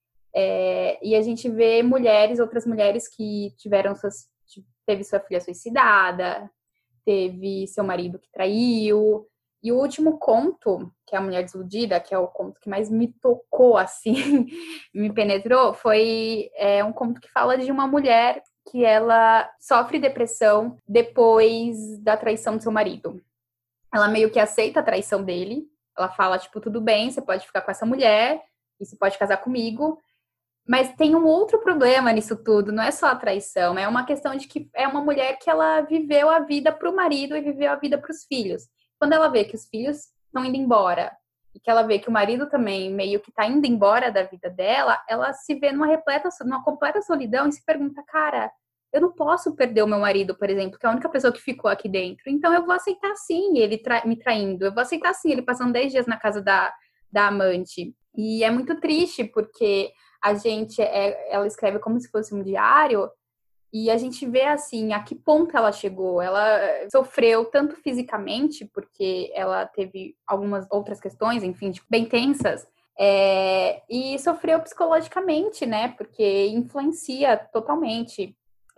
E a gente vê outras mulheres que teve sua filha suicidada, teve seu marido que traiu. E o último conto, que é A Mulher Desiludida, que é o conto que mais me tocou, assim, me penetrou, foi um conto que fala de uma mulher que ela sofre depressão depois da traição do seu marido. Ela meio que aceita a traição dele. Ela fala, tipo, tudo bem, você pode ficar com essa mulher e você pode casar comigo. Mas tem um outro problema nisso tudo, não é só a traição, é uma questão de que é uma mulher que ela viveu a vida pro marido e viveu a vida pros filhos. Quando ela vê que os filhos estão indo embora e que ela vê que o marido também meio que tá indo embora da vida dela, ela se vê numa completa solidão e se pergunta, cara, eu não posso perder o meu marido, por exemplo, que é a única pessoa que ficou aqui dentro. Então eu vou aceitar sim ele me traindo. Eu vou aceitar sim ele passando 10 dias na casa da amante. E é muito triste, porque ela escreve como se fosse um diário, e a gente vê, assim, a que ponto ela chegou. Ela sofreu tanto fisicamente, porque ela teve algumas outras questões, enfim, bem tensas, e sofreu psicologicamente, né, porque influencia totalmente.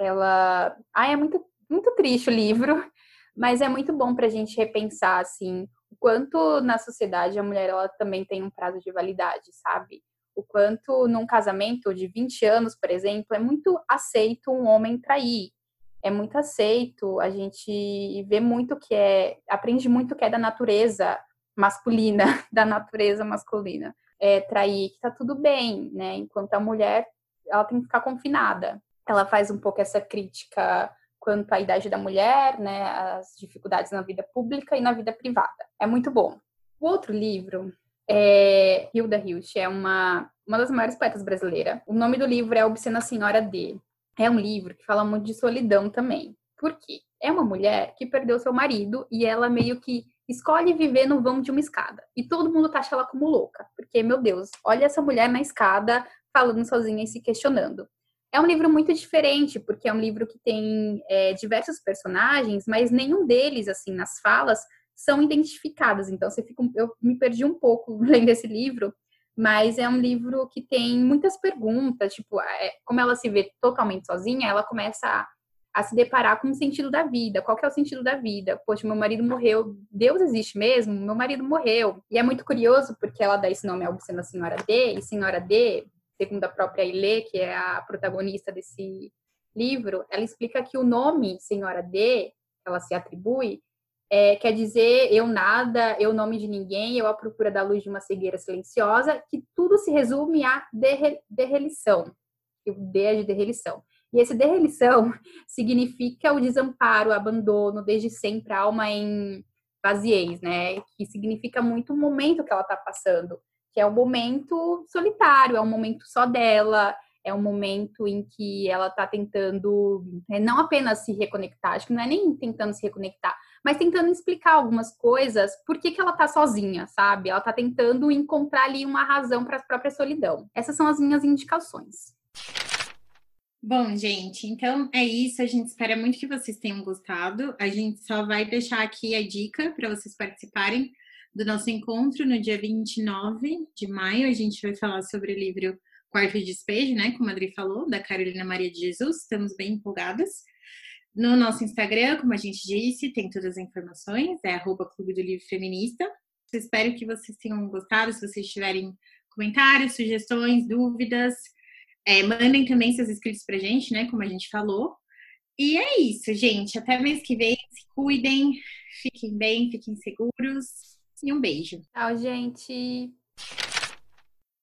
É muito, muito triste o livro, mas é muito bom pra gente repensar, assim, o quanto na sociedade a mulher, ela também tem um prazo de validade, sabe? O quanto num casamento de 20 anos, por exemplo, é muito aceito um homem trair. É muito aceito, a gente vê muito aprende muito que é da natureza masculina, trair, que tá tudo bem, né? Enquanto a mulher, ela tem que ficar confinada. Ela faz um pouco essa crítica quanto à idade da mulher, né? As dificuldades na vida pública e na vida privada. É muito bom. O outro livro Hilda Hilst é uma das maiores poetas brasileiras. O nome do livro é Obscena Senhora D. É um livro que fala muito de solidão também. Por quê? É uma mulher que perdeu seu marido e ela meio que escolhe viver no vão de uma escada. E todo mundo taxa ela como louca. Porque, meu Deus, olha essa mulher na escada falando sozinha e se questionando. É um livro muito diferente, porque é um livro que tem diversos personagens, mas nenhum deles, assim, nas falas, são identificadas. Então, eu me perdi um pouco lendo esse livro, mas é um livro que tem muitas perguntas, tipo, como ela se vê totalmente sozinha, ela começa a se deparar com o sentido da vida. Qual que é o sentido da vida? Poxa, meu marido morreu. Deus existe mesmo? Meu marido morreu. E é muito curioso, porque ela dá esse nome a Obscena Senhora D, e Senhora D, segundo a própria Ailê, que é a protagonista desse livro, ela explica que o nome Senhora D, ela se atribui, quer dizer eu nada, eu nome de ninguém, eu à procura da luz de uma cegueira silenciosa, que tudo se resume a derrelição. O D é de derrelição. E esse derrelição significa o desamparo, o abandono, desde sempre, a alma em vaziez, né? Que significa muito o momento que ela tá passando, que é um momento solitário, é um momento só dela, é um momento em que ela tá tentando não apenas se reconectar, acho que não é nem tentando se reconectar, mas tentando explicar algumas coisas, por que ela tá sozinha, sabe? Ela tá tentando encontrar ali uma razão para a própria solidão. Essas são as minhas indicações. Bom, gente, então é isso. A gente espera muito que vocês tenham gostado. A gente só vai deixar aqui a dica para vocês participarem do nosso encontro no dia 29 de maio. A gente vai falar sobre o livro Quarto Despejo, né? Como a Adri falou, da Carolina Maria de Jesus. Estamos bem empolgadas. No nosso Instagram, como a gente disse, tem todas as informações, é @Clube do Livro Feminista. Espero que vocês tenham gostado. Se vocês tiverem comentários, sugestões, dúvidas, mandem também seus inscritos pra gente, né? Como a gente falou. E é isso, gente. Até mês que vem. Se cuidem, fiquem bem, fiquem seguros. E um beijo. Tchau, gente.